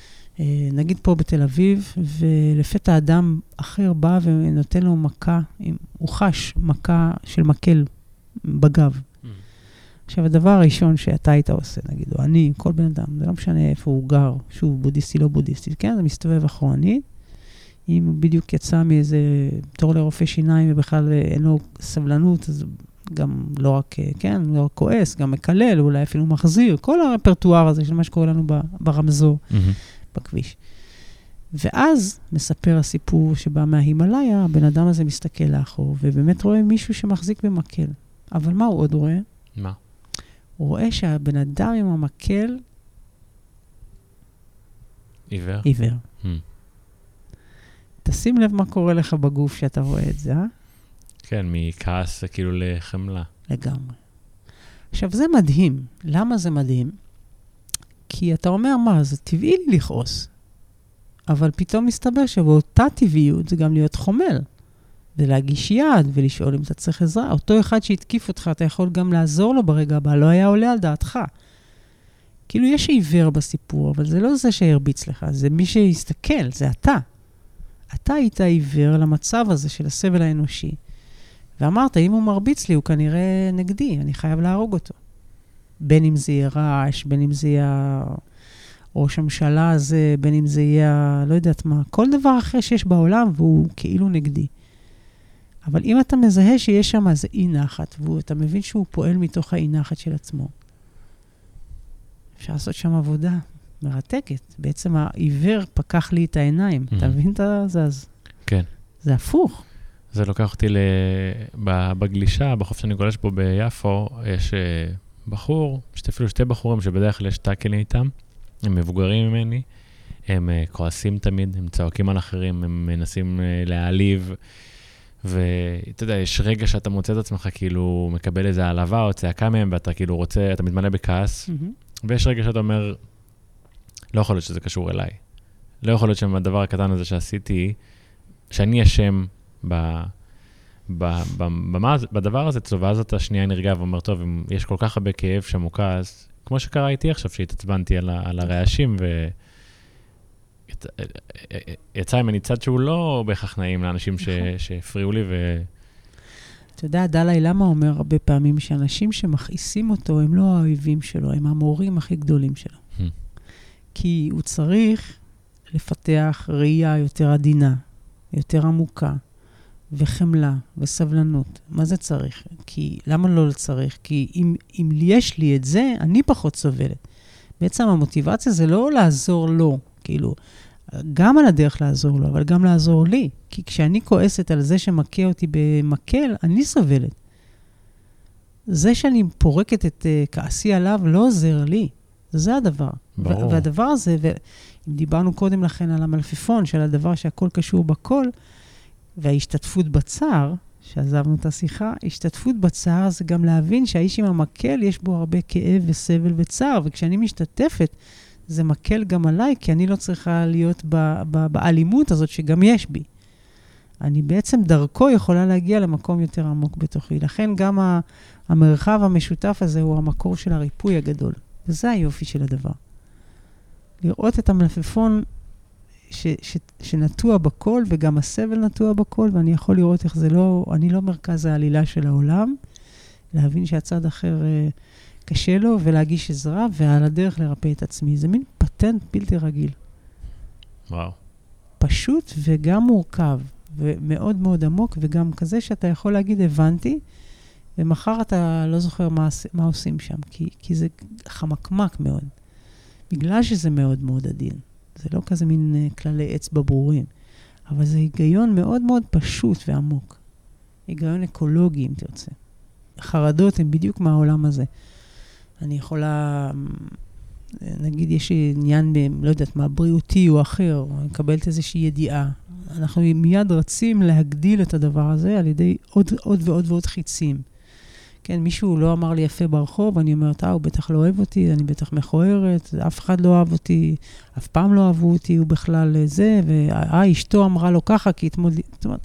נגיד פה בתל אביב, ולפתע אדם אחר בא ונותן לו מכה, הוא חש מכה של מקל בגב. עכשיו, הדבר הראשון שאתה היית עושה, נגיד, או אני, כל בן אדם, זה לא משנה איפה הוא גר, שוב, בודהיסטי, לא בודהיסטי, כן? זה מסתובב אחרונית. אם הוא בדיוק יצא מאיזה תור לרופא שיניים, ובכלל אין לו סבלנות, אז גם לא רק, כן, לא רק כועס, גם מקלל, אולי אפילו מחזיר, כל הרפרטואר הזה של מה שקורה לנו ברמזור, mm-hmm. בכביש. ואז מספר הסיפור שבא מההימלאיה, הבן אדם הזה מסתכל לאחור, ובאמת רואה מישהו שמחזיק במקל. אבל מה הוא עוד רואה? מה? הוא רואה שהבן אדם עם המקל... עיוור? עיוור. Hmm. תשים לב מה קורה לך בגוף שאתה רואה את זה, אה? כן, מכעס כאילו לחמלה. לגמרי. עכשיו, זה מדהים. למה זה מדהים? כי אתה אומר, מה, זה טבעי לי לכעוס. אבל פתאום מסתבר שבאותה טבעיות זה גם להיות חומל. ולהגיש יד ולשאול אם אתה צריך עזרה. אותו אחד שהתקיף אותך, אתה יכול גם לעזור לו ברגע הבא, לא היה עולה על דעתך. כאילו יש עיוור בסיפור, אבל זה לא זה שהרביץ לך, זה מי שיסתכל, זה אתה. אתה היית עיוור למצב הזה של הסבל האנושי, ואמרת, אם הוא מרביץ לי, הוא כנראה נגדי, אני חייב להרוג אותו. בין אם זה יהיה רעש, בין אם זה יהיה ראש הממשלה הזה, בין אם זה יהיה, לא יודעת מה, כל דבר אחר שיש בעולם, והוא כאילו נגדי. אבל אם אתה מזהה שיש שם איזה אי נחת, ואתה מבין שהוא פועל מתוך האי נחת של עצמו, אפשר לעשות שם עבודה מרתקת. בעצם העיוור פקח לי את העיניים. אתה מבין את זה? אז... כן. זה הפוך. זה לוקח אותי בגלישה, בחוף שאני גולש פה ביפו, יש בחור, יש אפילו שתי בחורים שבדרך כלל יש טאקלים איתם, הם מבוגרים ממני, הם כועסים תמיד, הם צועקים על אחרים, הם מנסים להעליב, ואתה יודע, יש רגע שאתה מוצא את עצמך, כאילו, מקבל איזו העלבה או צעקה מהם, ואתה כאילו רוצה, אתה מתמלא בכעס, mm-hmm. ויש רגע שאתה אומר, לא יכול להיות שזה קשור אליי. לא יכול להיות שהדבר הקטן הזה שעשיתי, שאני אשם ב, ב, ב, במה, בדבר הזה, ואז אתה שנייה נרגע ואומר, טוב, אם יש כל כך הרבה כאב שם או כעס, כמו שקרה איתי עכשיו, שהתעצבנתי על, על הרעשים, ו... יצא ממני צד שהוא לא בהכרח נעים לאנשים שהפריעו לי ו... אתה יודע, דלי, למה אומר הרבה פעמים שאנשים שמכעיסים אותו הם לא האויבים שלו, הם המורים הכי גדולים שלו. כי הוא צריך לפתח ראייה יותר עדינה, יותר עמוקה, וחמלה וסבלנות. מה זה צריך? כי, למה לא צריך? כי אם, אם יש לי את זה, אני פחות סובלת. בעצם המוטיבציה זה לא לעזור לו, כאילו, גם על הדרך לעזור לו, אבל גם לעזור לי. כי כשאני כועסת על זה שמכה אותי במקל, אני סובלת. זה שאני פורקת את uh, כעסי עליו לא עוזר לי. זה הדבר. ברור. והדבר הזה, ואם דיברנו קודם לכן על המלפפון, של הדבר שהכל קשור בכל, וההשתתפות בצער, שעזבנו את השיחה, השתתפות בצער זה גם להבין שהאיש עם המקל יש בו הרבה כאב וסבל וצער, וכשאני משתתפת, זה מקל גם עליי, כי אני לא צריכה להיות ב- ב- באלימות הזאת שגם יש בי. אני בעצם דרכו יכולה להגיע למקום יותר עמוק בתוכי. לכן גם ה- המרחב המשותף הזה הוא המקור של הריפוי הגדול. וזה היופי של הדבר. לראות את המלפפון ש- ש- שנטוע בכל, וגם הסבל נטוע בכל, ואני יכול לראות איך זה לא, אני לא מרכז העלילה של העולם, להבין שהצד אחר uh, קשה לו, ולהגיש עזרה, ועל הדרך לרפא את עצמי. זה מין פטנט בלתי רגיל. וואו. פשוט וגם מורכב, ומאוד מאוד עמוק, וגם כזה שאתה יכול להגיד, הבנתי, ומחר אתה לא זוכר מה, מה עושים שם, כי, כי זה חמקמק מאוד. בגלל שזה מאוד מאוד עדין. זה לא כזה מין uh, כללי אצבע ברורים, אבל זה היגיון מאוד מאוד פשוט ועמוק. היגיון אקולוגי, אם תרצה. חרדות הן בדיוק מהעולם הזה. אני יכולה, נגיד, יש עניין, לא יודעת מה, בריאותי או אחר, או אני מקבלת איזושהי ידיעה. אנחנו מיד רצים להגדיל את הדבר הזה על ידי עוד, עוד ועוד ועוד חיצים. כן, מישהו לא אמר לי יפה ברחוב, אני אומרת, אה, הוא בטח לא אוהב אותי, אני בטח מכוערת, אף אחד לא אוהב אותי, אף פעם לא אהבו אותי, הוא בכלל זה, ואה, אשתו אמרה לו ככה, כי אתמול... זאת אומרת,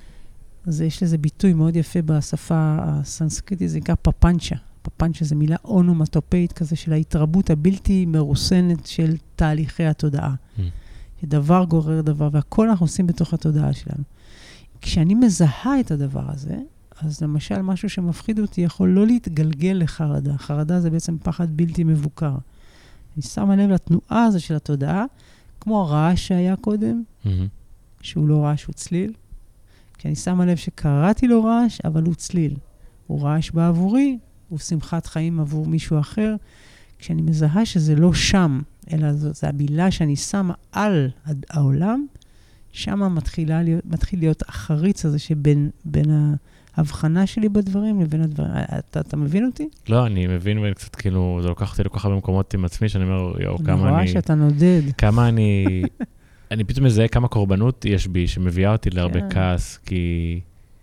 אז יש לזה ביטוי מאוד יפה בשפה הסנסקריטית, זה נקרא פפנצ'ה. פפנצ'ה זה מילה אונומטופאית כזה של ההתרבות הבלתי מרוסנת של תהליכי התודעה. Mm. שדבר גורר דבר, והכל אנחנו עושים בתוך התודעה שלנו. כשאני מזהה את הדבר הזה, אז למשל משהו שמפחיד אותי יכול לא להתגלגל לחרדה. חרדה זה בעצם פחד בלתי מבוקר. אני שמה לב לתנועה הזו של התודעה, כמו הרעש שהיה קודם, mm-hmm. שהוא לא רעש, הוא צליל. כי אני שמה לב שקראתי לו רעש, אבל הוא צליל. הוא רעש בעבורי, הוא שמחת חיים עבור מישהו אחר. כשאני מזהה שזה לא שם, אלא זו, זו המילה שאני שמה על העולם, שם מתחילה להיות, מתחיל להיות החריץ הזה שבין בין ההבחנה שלי בדברים לבין הדברים. אתה, אתה מבין אותי? לא, אני מבין, ואני קצת כאילו, זה לוקח אותי לכל כך במקומות עם עצמי, שאני אומר, יואו, כמה אני... אני רואה שאתה נודד. כמה אני... אני פתאום מזהה כמה קורבנות יש בי, שמביאה אותי להרבה כעס, כי...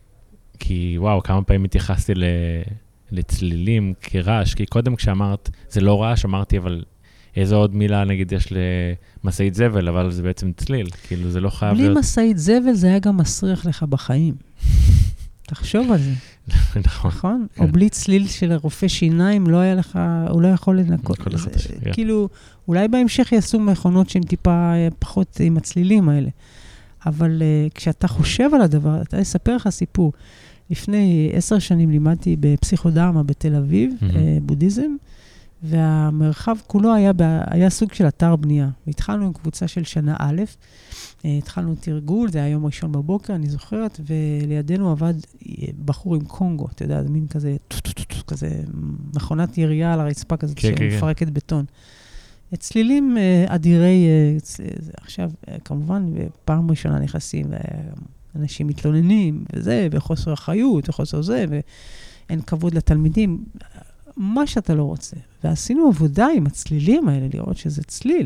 כי וואו, כמה פעמים התייחסתי ל... לצלילים, כרעש, כי קודם כשאמרת, זה לא רעש, אמרתי, אבל איזו עוד מילה, נגיד, יש למסעית זבל, אבל זה בעצם צליל, כאילו, זה לא חייב להיות... בלי מסעית זבל, זה היה גם מסריח לך בחיים. תחשוב על זה. נכון? או בלי צליל של רופא שיניים, לא היה לך, הוא לא יכול לנקות. כאילו, אולי בהמשך יעשו מכונות שהן טיפה פחות עם הצלילים האלה. אבל כשאתה חושב על הדבר, אתה אספר לך סיפור. לפני עשר שנים לימדתי בפסיכודרמה בתל אביב, בודהיזם, והמרחב כולו היה, היה סוג של אתר בנייה. והתחלנו עם קבוצה של שנה א', התחלנו תרגול, זה היה יום ראשון בבוקר, אני זוכרת, ולידינו עבד בחור עם קונגו, אתה יודע, זה מין כזה, כזה מכונת ירייה על הרצפה כזאת, שמפרקת בטון. צלילים אדירי, עכשיו, כמובן, פעם ראשונה נכנסים, אנשים מתלוננים, וזה, וחוסר אחריות, וחוסר זה, ואין כבוד לתלמידים, מה שאתה לא רוצה. ועשינו עבודה עם הצלילים האלה, לראות שזה צליל.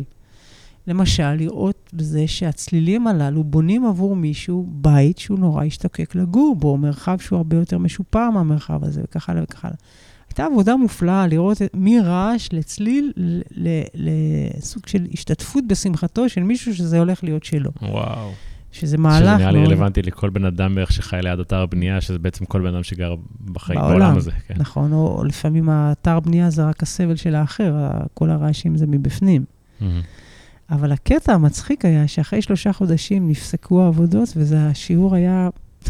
למשל, לראות בזה שהצלילים הללו בונים עבור מישהו בית שהוא נורא השתוקק לגור בו, מרחב שהוא הרבה יותר משופר מהמרחב הזה, וכך הלאה וכך הלאה. הייתה עבודה מופלאה לראות מרעש לצליל, לסוג של השתתפות בשמחתו של מישהו שזה הולך להיות שלו. וואו. שזה מהלך מאוד... שזה נראה לי רלוונטי לכל בן אדם בערך שחי ליד אתר הבנייה, שזה בעצם כל בן אדם שגר בחיים בעולם הזה. כן. נכון, או לפעמים האתר בנייה זה רק הסבל של האחר, כל הרעשים זה מבפנים. Mm-hmm. אבל הקטע המצחיק היה שאחרי שלושה חודשים נפסקו העבודות, וזה השיעור היה...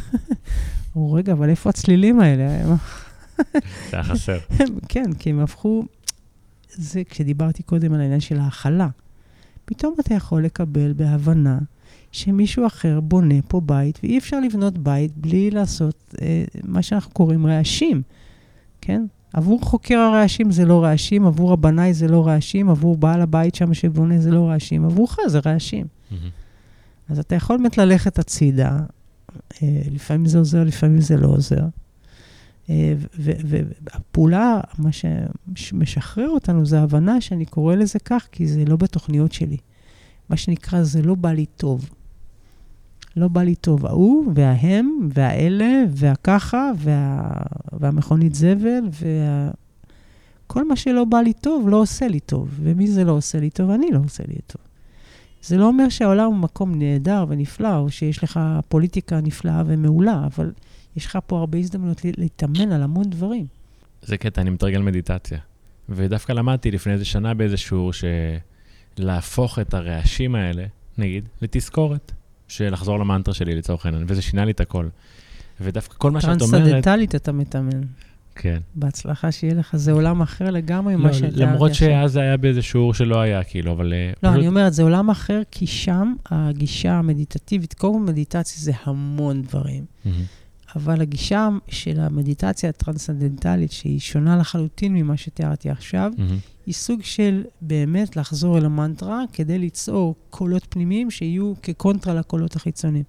הוא רגע, אבל איפה הצלילים האלה? זה היה חסר. כן, כי הם הפכו... זה כשדיברתי קודם על העניין של האכלה. פתאום אתה יכול לקבל בהבנה שמישהו אחר בונה פה בית, ואי אפשר לבנות בית בלי לעשות אה, מה שאנחנו קוראים רעשים, כן? עבור חוקר הרעשים זה לא רעשים, עבור הבנאי זה לא רעשים, עבור בעל הבית שם שבונה זה לא רעשים, עבורך זה רעשים. Mm-hmm. אז אתה יכול באמת ללכת הצידה, אה, לפעמים זה עוזר, לפעמים זה לא עוזר, והפעולה, מה שמשחרר אותנו, זה ההבנה שאני קורא לזה כך, כי זה לא בתוכניות שלי. מה שנקרא, זה לא בא לי טוב. לא בא לי טוב. ההוא, וההם, והאלה, והככה, וה... והמכונית זבל, וה... כל מה שלא בא לי טוב, לא עושה לי טוב. ומי זה לא עושה לי טוב? אני לא עושה לי טוב. זה לא אומר שהעולם הוא מקום נהדר ונפלא, או שיש לך פוליטיקה נפלאה ומעולה, אבל יש לך פה הרבה הזדמנות להתאמן על המון דברים. זה קטע, אני מתרגל מדיטציה. ודווקא למדתי לפני איזה שנה באיזה שיעור, שלהפוך את הרעשים האלה, נגיד, לתזכורת, שלחזור למנטרה שלי לצורך העניין, וזה שינה לי את הכל. ודווקא כל מה שאת אומרת... טרנסדנטלית אתה מתאמן. כן. בהצלחה שיהיה לך, זה עולם אחר לגמרי ממה שאתה... למרות שאז זה היה באיזה שיעור שלא היה, כאילו, אבל... לא, אני אומרת, זה עולם אחר, כי שם הגישה המדיטטיבית, כל מדיטציה זה המון דברים. אבל הגישה של המדיטציה הטרנסצנדנטלית, שהיא שונה לחלוטין ממה שתיארתי עכשיו, היא סוג של באמת לחזור אל המנטרה, כדי ליצור קולות פנימיים שיהיו כקונטרה לקולות החיצוניים.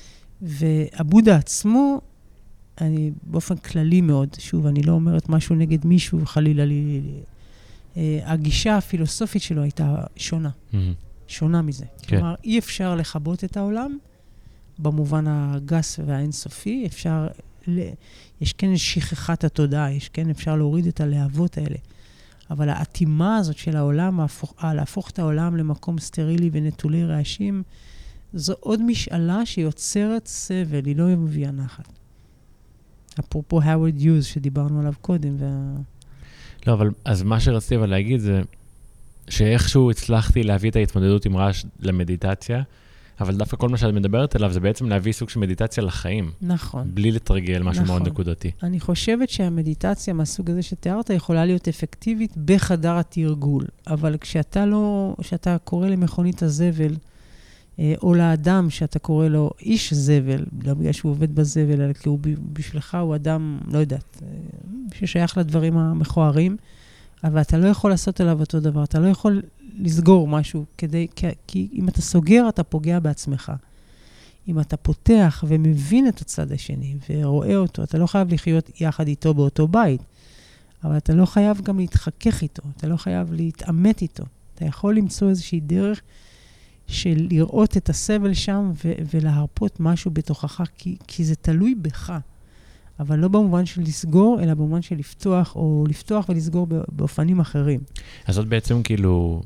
והבודה עצמו, אני באופן כללי מאוד, שוב, אני לא אומרת משהו נגד מישהו, חלילה לי, הגישה הפילוסופית שלו הייתה שונה. שונה מזה. כלומר, אי אפשר לכבות את העולם, במובן הגס והאינסופי, אפשר, יש כן שכחת התודעה, יש כן אפשר להוריד את הלהבות האלה. אבל האטימה הזאת של העולם, להפוך את העולם למקום סטרילי ונטולי רעשים, זו עוד משאלה שיוצרת סבל, היא לא מביאה נחת. אפרופו הווארד יוז שדיברנו עליו קודם. וה... לא, אבל אז מה שרציתי אבל להגיד זה, שאיכשהו הצלחתי להביא את ההתמודדות עם רעש למדיטציה, אבל דווקא כל מה שאת מדברת עליו, זה בעצם להביא סוג של מדיטציה לחיים. נכון. בלי לתרגל משהו נכון. מאוד נקודתי. אני חושבת שהמדיטציה מהסוג הזה שתיארת, יכולה להיות אפקטיבית בחדר התרגול. אבל כשאתה לא, כשאתה קורא למכונית הזבל, או לאדם שאתה קורא לו איש זבל, לא בגלל שהוא עובד בזבל, אלא כי הוא בשבילך הוא אדם, לא יודעת, ששייך לדברים המכוערים, אבל אתה לא יכול לעשות עליו אותו דבר, אתה לא יכול לסגור משהו, כדי, כי, כי אם אתה סוגר, אתה פוגע בעצמך. אם אתה פותח ומבין את הצד השני ורואה אותו, אתה לא חייב לחיות יחד איתו באותו בית, אבל אתה לא חייב גם להתחכך איתו, אתה לא חייב להתאמת איתו. אתה יכול למצוא איזושהי דרך של לראות את הסבל שם ו- ולהרפות משהו בתוכך, כי, כי זה תלוי בך. אבל לא במובן של לסגור, אלא במובן של לפתוח, או לפתוח ולסגור באופנים אחרים. אז זאת בעצם כאילו,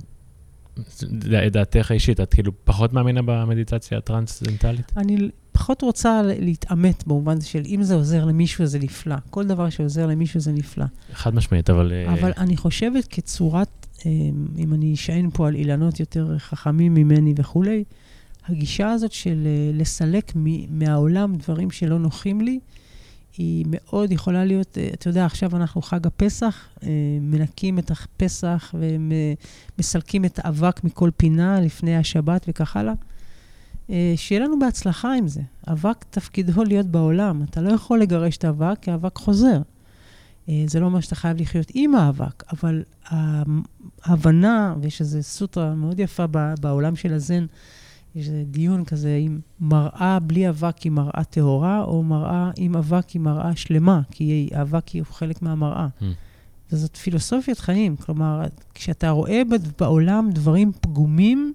דעתך האישית, את כאילו פחות מאמינה במדיטציה הטרנסצנדנטלית? אני פחות רוצה להתאמת במובן של אם זה עוזר למישהו זה נפלא. כל דבר שעוזר למישהו זה נפלא. חד משמעית, אבל... אבל אני חושבת כצורת, אם אני אשען פה על אילנות יותר חכמים ממני וכולי, הגישה הזאת של לסלק מהעולם דברים שלא נוחים לי, היא מאוד יכולה להיות, אתה יודע, עכשיו אנחנו חג הפסח, מנקים את הפסח ומסלקים את האבק מכל פינה לפני השבת וכך הלאה. שיהיה לנו בהצלחה עם זה. אבק תפקידו להיות בעולם. אתה לא יכול לגרש את האבק, כי האבק חוזר. זה לא אומר שאתה חייב לחיות עם האבק, אבל ההבנה, ויש איזו סוטרה מאוד יפה בעולם של הזן, יש דיון כזה, אם מראה בלי אבק היא מראה טהורה, או מראה עם אבק היא מראה שלמה, כי האבק היא חלק מהמראה. Mm. וזאת פילוסופיית חיים. כלומר, כשאתה רואה בעולם דברים פגומים,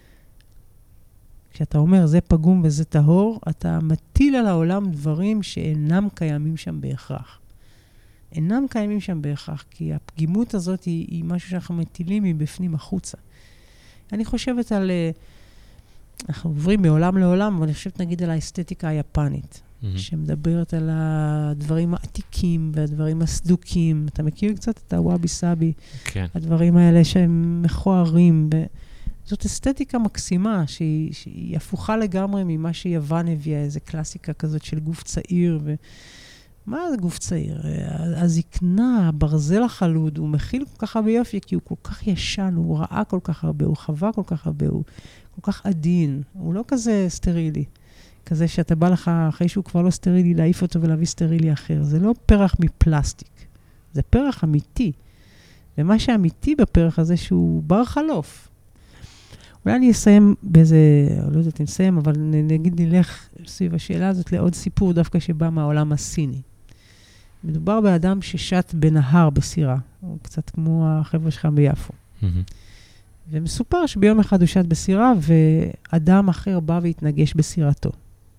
כשאתה אומר זה פגום וזה טהור, אתה מטיל על העולם דברים שאינם קיימים שם בהכרח. אינם קיימים שם בהכרח, כי הפגימות הזאת היא, היא משהו שאנחנו מטילים מבפנים החוצה. אני חושבת על... אנחנו עוברים מעולם לעולם, אבל אני חושבת נגיד על האסתטיקה היפנית, mm-hmm. שמדברת על הדברים העתיקים והדברים הסדוקים. אתה מכיר קצת את הוואבי סאבי? כן. הדברים האלה שהם מכוערים. ו... זאת אסתטיקה מקסימה, שהיא, שהיא הפוכה לגמרי ממה שיוון הביאה, איזו קלאסיקה כזאת של גוף צעיר. ו... מה זה גוף צעיר? הזקנה, הברזל החלוד, הוא מכיל כל כך הרבה יופי, כי הוא כל כך ישן, הוא ראה כל כך הרבה, הוא חווה כל כך הרבה, הוא כל כך עדין, הוא לא כזה סטרילי. כזה שאתה בא לך, אחרי שהוא כבר לא סטרילי, להעיף אותו ולהביא סטרילי אחר. זה לא פרח מפלסטיק, זה פרח אמיתי. ומה שאמיתי בפרח הזה, שהוא בר חלוף. אולי אני אסיים באיזה, לא יודעת אם אסיים, אבל נגיד נלך סביב השאלה הזאת לעוד סיפור דווקא שבא מהעולם הסיני. מדובר באדם ששט בנהר בסירה, הוא קצת כמו החבר'ה שלך ביפו. Mm-hmm. ומסופר שביום אחד הוא שט בסירה, ואדם אחר בא והתנגש בסירתו.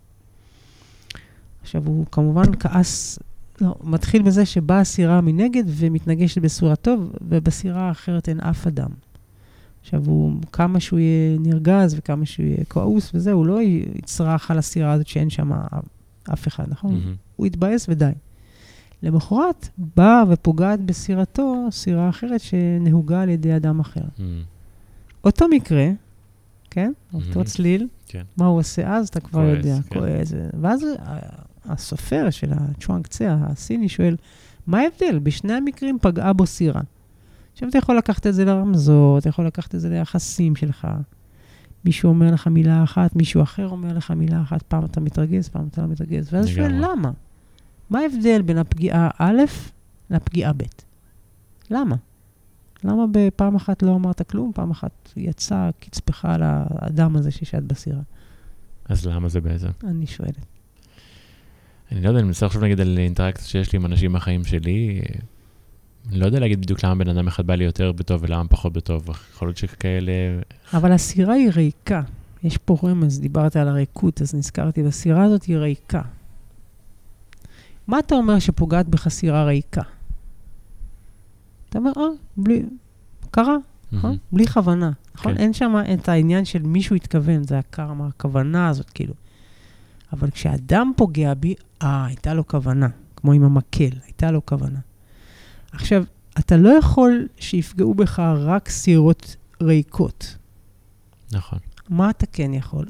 עכשיו, הוא כמובן כעס, לא, מתחיל בזה שבאה הסירה מנגד ומתנגשת בסירתו, ובסירה האחרת אין אף אדם. עכשיו, הוא, כמה שהוא יהיה נרגז וכמה שהוא יהיה כעוס וזה, הוא לא יצרח על הסירה הזאת שאין שם אף אחד, נכון? Mm-hmm. הוא יתבאס ודי. למחרת, באה ופוגעת בסירתו, סירה אחרת שנהוגה על ידי אדם אחר. Mm-hmm. אותו מקרה, כן? Mm-hmm. אותו צליל, כן. מה הוא עושה אז, אתה כבר כועס, יודע. כן. כועס. ואז הסופר של הצ'ואנג צה, הסיני, שואל, מה ההבדל? בשני המקרים פגעה בו סירה. עכשיו אתה יכול לקחת את זה לרמזור, אתה יכול לקחת את זה ליחסים שלך. מישהו אומר לך מילה אחת, מישהו אחר אומר לך מילה אחת, פעם אתה מתרגז, פעם אתה לא מתרגז. ואז שואל, למה? מה ההבדל בין הפגיעה א' לפגיעה ב'? למה? למה בפעם אחת לא אמרת כלום, פעם אחת יצא קצפך על האדם הזה ששת בסירה? אז למה זה בעצם? אני שואלת. אני לא יודע, אני מנסה עכשיו להגיד על אינטראקציה שיש לי עם אנשים בחיים שלי. אני לא יודע להגיד בדיוק למה בן אדם אחד בא לי יותר בטוב ולמה פחות בטוב. יכול להיות שכאלה... אבל הסירה היא ריקה. יש פה רמז, דיברתי על הריקות, אז נזכרתי, בסירה הזאת היא ריקה. מה אתה אומר שפוגעת בך סירה ריקה? אתה אומר, אה, בלי... קרה, נכון? בלי כוונה, נכון? אין שם את העניין של מישהו התכוון, זה הקרמה, הכוונה הזאת, כאילו. אבל כשאדם פוגע בי, אה, הייתה לו כוונה, כמו עם המקל, הייתה לו כוונה. עכשיו, אתה לא יכול שיפגעו בך רק סירות ריקות. נכון. מה אתה כן יכול?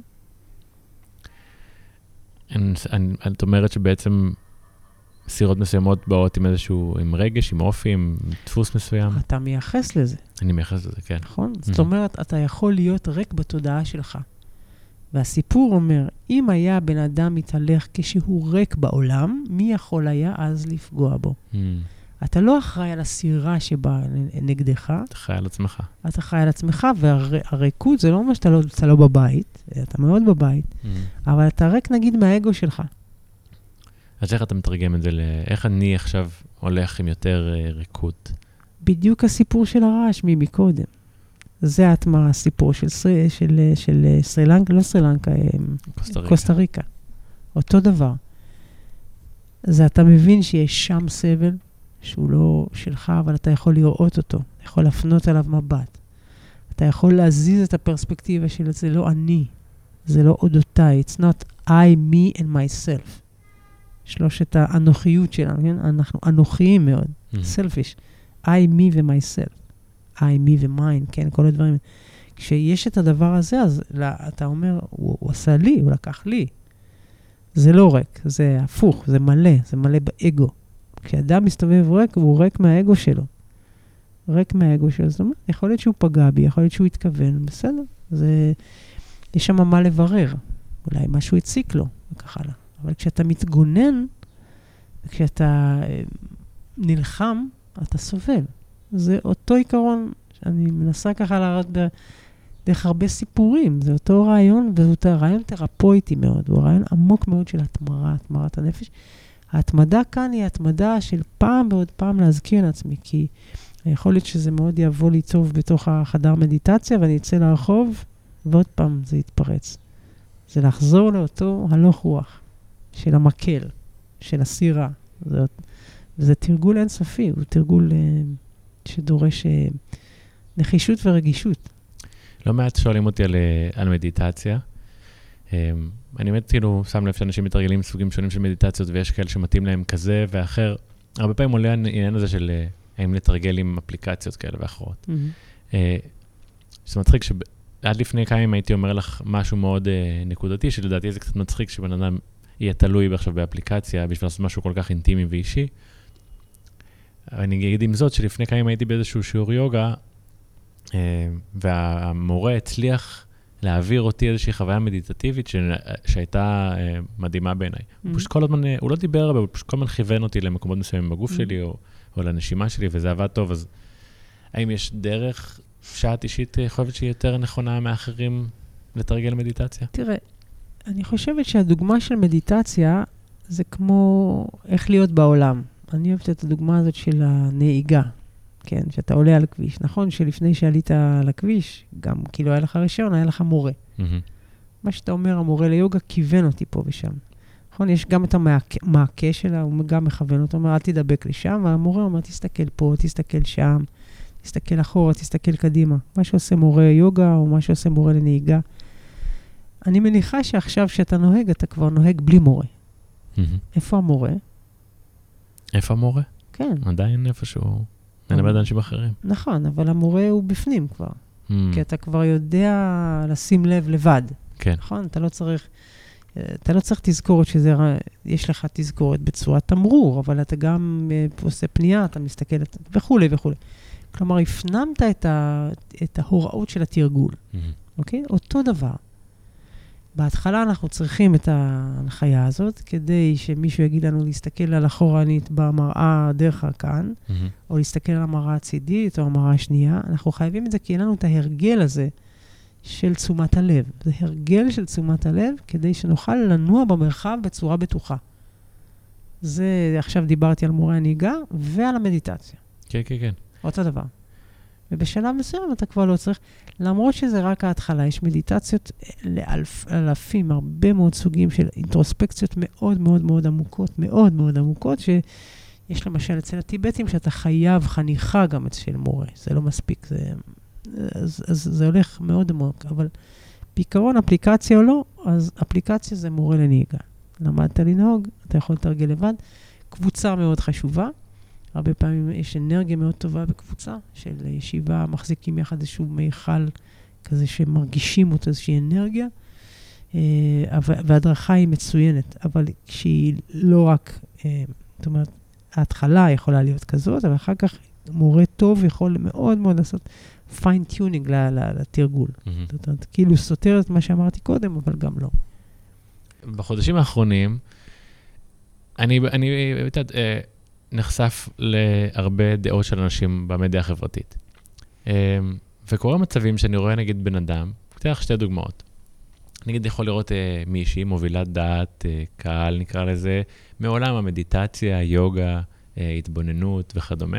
את אומרת שבעצם סירות מסוימות באות עם איזשהו, עם רגש, עם אופי, עם דפוס מסוים. אתה מייחס לזה. אני מייחס לזה, כן. נכון? זאת אומרת, אתה יכול להיות ריק בתודעה שלך. והסיפור אומר, אם היה בן אדם מתהלך כשהוא ריק בעולם, מי יכול היה אז לפגוע בו? אתה לא אחראי על הסירה שבאה נגדך. אתה אחראי על עצמך. אתה אחראי על עצמך, והריקות זה לא אומר שאתה לא, אתה לא בבית, אתה מאוד בבית, אבל אתה ריק נגיד מהאגו שלך. אז איך אתה מתרגם את זה? איך אני עכשיו הולך עם יותר ריקות? בדיוק הסיפור של הרעש מקודם. זה מה הסיפור של, של, של, של סרילנקה, לא סרילנקה, קוסטה ריקה. אותו דבר. זה אתה מבין שיש שם סבל, שהוא לא שלך, אבל אתה יכול לראות אותו. אתה יכול להפנות עליו מבט. אתה יכול להזיז את הפרספקטיבה של זה לא אני. זה לא אודותיי. It's not I, me and myself. שלושת האנוכיות שלנו, כן? אנחנו אנוכיים מאוד. Mm-hmm. selfish. I, me ו-myself. I, me ו-mine, כן? כל הדברים. כשיש את הדבר הזה, אז לא, אתה אומר, הוא, הוא עשה לי, הוא לקח לי. זה לא ריק, זה הפוך, זה מלא, זה מלא באגו. כשאדם מסתובב ריק, הוא ריק מהאגו שלו. ריק מהאגו שלו. זאת אומרת, יכול להיות שהוא פגע בי, יכול להיות שהוא התכוון, בסדר. זה, יש שם מה לברר. אולי משהו הציק לו, וכך הלאה. אבל כשאתה מתגונן, וכשאתה נלחם, אתה סובל. זה אותו עיקרון, שאני מנסה ככה להראות דרך הרבה סיפורים. זה אותו רעיון, וזה רעיון תרפויטי מאוד. הוא רעיון עמוק מאוד של התמרה, התמרת הנפש. ההתמדה כאן היא התמדה של פעם ועוד פעם להזכיר לעצמי, כי יכול להיות שזה מאוד יבוא לי טוב בתוך החדר מדיטציה, ואני אצא לרחוב, ועוד פעם זה יתפרץ. זה לחזור לאותו הלוך רוח של המקל, של הסירה. זה, זה תרגול אינסופי, הוא תרגול uh, שדורש uh, נחישות ורגישות. לא מעט שואלים אותי על, על מדיטציה. Um, אני באמת כאילו שם לב שאנשים מתרגלים סוגים שונים של מדיטציות, ויש כאלה שמתאים להם כזה ואחר. הרבה פעמים עולה העניין הזה של uh, האם לתרגל עם אפליקציות כאלה ואחרות. Mm-hmm. Uh, זה מצחיק שעד לפני כמה ימים הייתי אומר לך משהו מאוד uh, נקודתי, שלדעתי זה קצת מצחיק שבן אדם יהיה תלוי עכשיו באפליקציה בשביל לעשות משהו כל כך אינטימי ואישי. אני אגיד עם זאת שלפני כמה ימים הייתי באיזשהו שיעור יוגה, uh, והמורה הצליח להעביר אותי איזושהי חוויה מדיטטיבית ש... שהייתה uh, מדהימה בעיניי. Mm-hmm. הוא פשוט כל הזמן, הוא לא דיבר הרבה, הוא פשוט כל הזמן כיוון אותי למקומות מסוימים בגוף mm-hmm. שלי, או, או לנשימה שלי, וזה עבד טוב. אז האם יש דרך שאת אישית חושבת שהיא יותר נכונה מאחרים לתרגל מדיטציה? תראה, אני חושבת שהדוגמה של מדיטציה זה כמו איך להיות בעולם. אני אוהבת את הדוגמה הזאת של הנהיגה, כן, שאתה עולה על הכביש. נכון שלפני שעלית על הכביש, גם כאילו היה לך רישיון, היה לך מורה. Mm-hmm. מה שאתה אומר, המורה ליוגה כיוון אותי פה ושם. נכון, יש גם את המעקה שלה, הוא גם מכוון אותו, אומר, אל תדבק לי שם, והמורה אומר, תסתכל פה, תסתכל שם, תסתכל אחורה, תסתכל קדימה. מה שעושה מורה יוגה, או מה שעושה מורה לנהיגה. אני מניחה שעכשיו שאתה נוהג, אתה כבר נוהג בלי מורה. Mm-hmm. איפה המורה? איפה המורה? כן. עדיין איפשהו, מלמד אנשים אחרים. נכון, אבל המורה הוא בפנים כבר. Mm. כי אתה כבר יודע לשים לב לבד. כן. נכון? אתה לא צריך, אתה לא צריך תזכורת שזה, יש לך תזכורת בצורת תמרור, אבל אתה גם עושה פנייה, אתה מסתכל, וכו' וכו'. כלומר, הפנמת את, ה, את ההוראות של התרגול. Mm-hmm. אוקיי? אותו דבר. בהתחלה אנחנו צריכים את ההנחיה הזאת, כדי שמישהו יגיד לנו להסתכל על אחורנית במראה דרך כאן, mm-hmm. או להסתכל על המראה הצידית או המראה השנייה. אנחנו חייבים את זה כי אין לנו את ההרגל הזה של תשומת הלב. זה הרגל של תשומת הלב, כדי שנוכל לנוע במרחב בצורה בטוחה. זה, עכשיו דיברתי על מורה הנהיגה ועל המדיטציה. כן, כן, כן. אותו דבר. ובשלב מסוים אתה כבר לא צריך, למרות שזה רק ההתחלה, יש מדיטציות לאלפים, הרבה מאוד סוגים של אינטרוספקציות מאוד מאוד מאוד עמוקות, מאוד מאוד עמוקות, שיש למשל אצל הטיבטים שאתה חייב חניכה גם אצל מורה, זה לא מספיק, זה, אז, אז זה הולך מאוד עמוק, אבל בעיקרון אפליקציה או לא, אז אפליקציה זה מורה לנהיגה. למדת לנהוג, אתה יכול לתרגל לבד, קבוצה מאוד חשובה, הרבה פעמים יש אנרגיה מאוד טובה בקבוצה של ישיבה, מחזיקים יחד איזשהו מיכל כזה שמרגישים אותו איזושהי אנרגיה, וההדרכה היא מצוינת, אבל כשהיא לא רק, זאת אומרת, ההתחלה יכולה להיות כזאת, אבל אחר כך מורה טוב יכול מאוד מאוד לעשות פיין-טיונינג לתרגול. זאת אומרת, כאילו סותר את מה שאמרתי קודם, אבל גם לא. בחודשים האחרונים, אני, אני, יודעת, נחשף להרבה דעות של אנשים במדיה החברתית. וקורה מצבים שאני רואה, נגיד, בן אדם, אתן לך שתי דוגמאות. נגיד, יכול לראות מישהי, מובילת דעת, קהל, נקרא לזה, מעולם המדיטציה, יוגה, התבוננות וכדומה.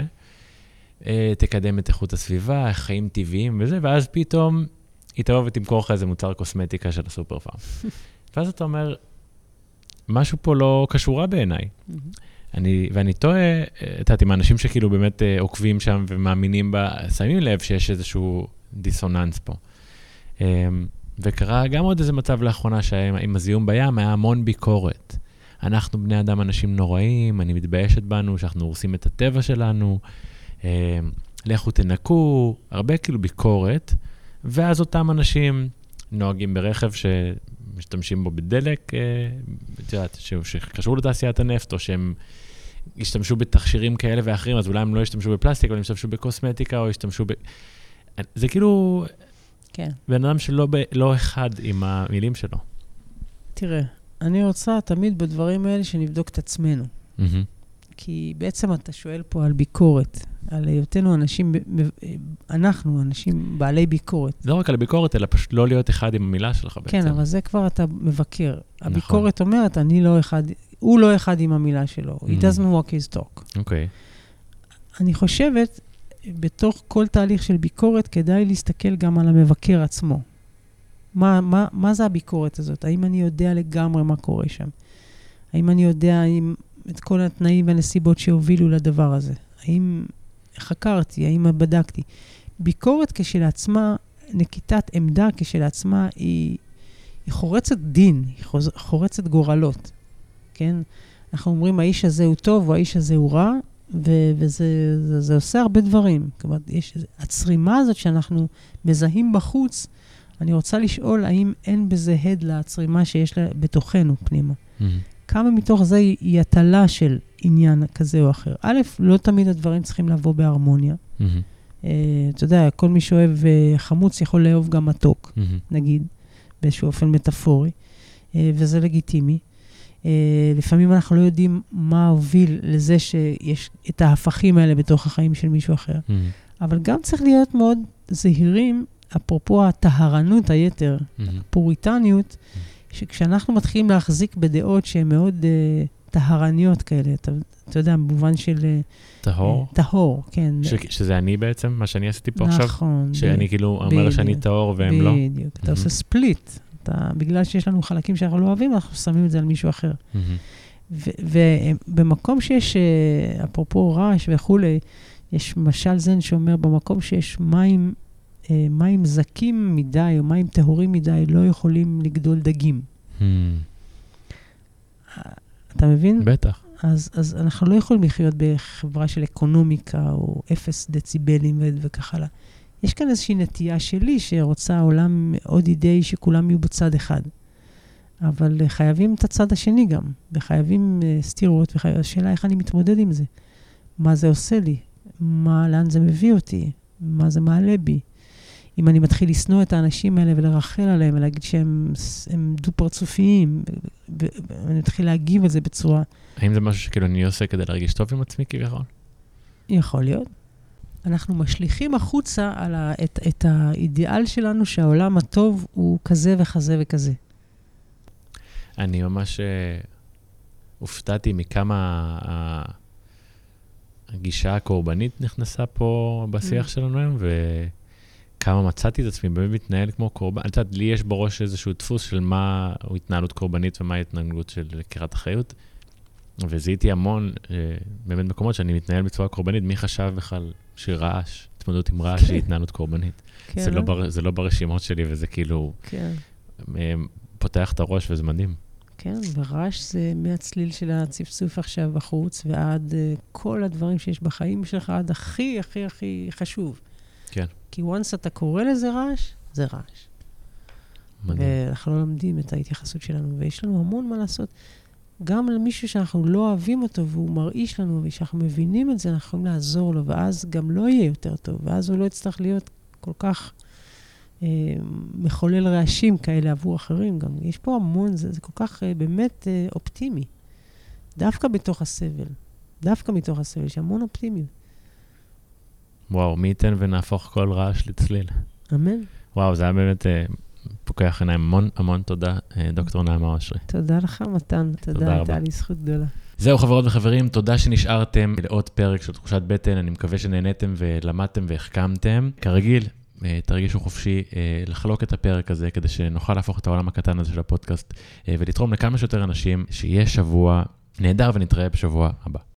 תקדם את איכות הסביבה, חיים טבעיים וזה, ואז פתאום היא תבוא ותמכור לך איזה מוצר קוסמטיקה של הסופר פארם. ואז אתה אומר, משהו פה לא קשורה בעיניי. אני, ואני טועה, תעת, עם האנשים שכאילו באמת עוקבים שם ומאמינים בה, שמים לב שיש איזשהו דיסוננס פה. וקרה גם עוד איזה מצב לאחרונה שעם הזיהום בים היה המון ביקורת. אנחנו בני אדם אנשים נוראים, אני מתביישת בנו, שאנחנו הורסים את הטבע שלנו, לכו תנקו, הרבה כאילו ביקורת, ואז אותם אנשים נוהגים ברכב שמשתמשים בו בדלק, שקשור לתעשיית הנפט, או שהם ישתמשו בתכשירים כאלה ואחרים, אז אולי הם לא ישתמשו בפלסטיק, אבל הם ישתמשו בקוסמטיקה, או ישתמשו ב... זה כאילו... כן. בן אדם שלא ב... לא אחד עם המילים שלו. תראה, אני רוצה תמיד בדברים האלה שנבדוק את עצמנו. Mm-hmm. כי בעצם אתה שואל פה על ביקורת, על היותנו אנשים, אנחנו אנשים בעלי ביקורת. לא רק על ביקורת, אלא פשוט לא להיות אחד עם המילה שלך בעצם. כן, אבל זה כבר אתה מבקר. נכון. הביקורת אומרת, אני לא אחד, הוא לא אחד עם המילה שלו. Mm-hmm. He doesn't walk his talk. אוקיי. Okay. אני חושבת, בתוך כל תהליך של ביקורת, כדאי להסתכל גם על המבקר עצמו. מה, מה, מה זה הביקורת הזאת? האם אני יודע לגמרי מה קורה שם? האם אני יודע האם... את כל התנאים והנסיבות שהובילו לדבר הזה. האם חקרתי, האם בדקתי. ביקורת כשלעצמה, נקיטת עמדה כשלעצמה, היא, היא חורצת דין, היא חורצת גורלות. כן? אנחנו אומרים, האיש הזה הוא טוב, או האיש הזה הוא רע, ו- וזה זה, זה עושה הרבה דברים. כלומר, יש הצרימה הזאת שאנחנו מזהים בחוץ, אני רוצה לשאול, האם אין בזה הד לעצרימה שיש לה בתוכנו פנימה. Mm-hmm. כמה מתוך זה היא הטלה של עניין כזה או אחר. א', לא תמיד הדברים צריכים לבוא בהרמוניה. Mm-hmm. Uh, אתה יודע, כל מי שאוהב uh, חמוץ יכול לאהוב גם מתוק, mm-hmm. נגיד, באיזשהו אופן מטאפורי, uh, וזה לגיטימי. Uh, לפעמים אנחנו לא יודעים מה הוביל לזה שיש את ההפכים האלה בתוך החיים של מישהו אחר. Mm-hmm. אבל גם צריך להיות מאוד זהירים, אפרופו הטהרנות היתר, mm-hmm. הפוריטניות, mm-hmm. שכשאנחנו מתחילים להחזיק בדעות שהן מאוד uh, טהרניות כאלה, אתה, אתה יודע, במובן של... טהור? טהור, כן. ש, שזה אני בעצם, מה שאני עשיתי פה נכון, עכשיו? נכון. שאני כאילו אומר שאני טהור והם לא? בדיוק, אתה עושה ספליט. אתה, בגלל שיש לנו חלקים שאנחנו לא אוהבים, אנחנו שמים את זה על מישהו אחר. ובמקום שיש, אפרופו רעש וכולי, יש משל זן שאומר, במקום שיש מים, מים זקים מדי, או מים טהורים מדי, לא יכולים לגדול דגים. אתה מבין? בטח. אז, אז אנחנו לא יכולים לחיות בחברה של אקונומיקה, או אפס דציבלים וכך הלאה. יש כאן איזושהי נטייה שלי, שרוצה עולם מאוד אידאי שכולם יהיו בצד אחד. אבל חייבים את הצד השני גם, וחייבים סתירות, והשאלה איך אני מתמודד עם זה. מה זה עושה לי? מה, לאן זה מביא אותי? מה זה מעלה בי? אם אני מתחיל לסנוע את האנשים האלה ולרחל עליהם, ולהגיד שהם דו-פרצופיים, ואני מתחיל להגיב על זה בצורה... האם זה משהו שכאילו אני עושה כדי להרגיש טוב עם עצמי כביכול? יכול להיות. אנחנו משליכים החוצה על ה, את, את האידיאל שלנו שהעולם הטוב הוא כזה וכזה וכזה. אני ממש uh, הופתעתי מכמה uh, הגישה הקורבנית נכנסה פה בשיח mm. שלנו היום, וכמה מצאתי את עצמי, באמת מתנהל כמו קורבן. אני יודעת, לי יש בראש איזשהו דפוס של מה הוא התנהלות קורבנית ומה ההתנהלות של לקיחת אחריות, וזיהיתי המון, uh, באמת מקומות שאני מתנהל בצורה קורבנית, מי חשב בכלל שרעש, התמודדות עם רעש היא התנהלות קורבנית. כן. זה, לא בר, זה לא ברשימות שלי, וזה כאילו כן. פותח את הראש, וזה מדהים. כן, ורעש זה מהצליל של הצפצוף עכשיו בחוץ, ועד uh, כל הדברים שיש בחיים שלך, עד הכי, הכי, הכי חשוב. כן. כי once אתה קורא לזה רעש, זה רעש. מדהים. ואנחנו לא לומדים את ההתייחסות שלנו, ויש לנו המון מה לעשות. גם למישהו שאנחנו לא אוהבים אותו, והוא מרעיש לנו, ושאנחנו מבינים את זה, אנחנו יכולים לעזור לו, ואז גם לא יהיה יותר טוב, ואז הוא לא יצטרך להיות כל כך אה, מחולל רעשים כאלה עבור אחרים. גם יש פה המון, זה, זה כל כך אה, באמת אה, אופטימי. דווקא בתוך הסבל. דווקא מתוך הסבל, יש המון אופטימיות. וואו, מי ייתן ונהפוך כל רעש לצליל. אמן. וואו, זה היה באמת... אה... פוקח עיניים, המון המון תודה, דוקטור נעמה אושרי. תודה לך, מתן. תודה, הייתה לי זכות גדולה. זהו, חברות וחברים, תודה שנשארתם לעוד פרק של תחושת בטן, אני מקווה שנהנתם ולמדתם והחכמתם. כרגיל, תרגישו חופשי לחלוק את הפרק הזה, כדי שנוכל להפוך את העולם הקטן הזה של הפודקאסט, ולתרום לכמה שיותר אנשים שיהיה שבוע נהדר, ונתראה בשבוע הבא.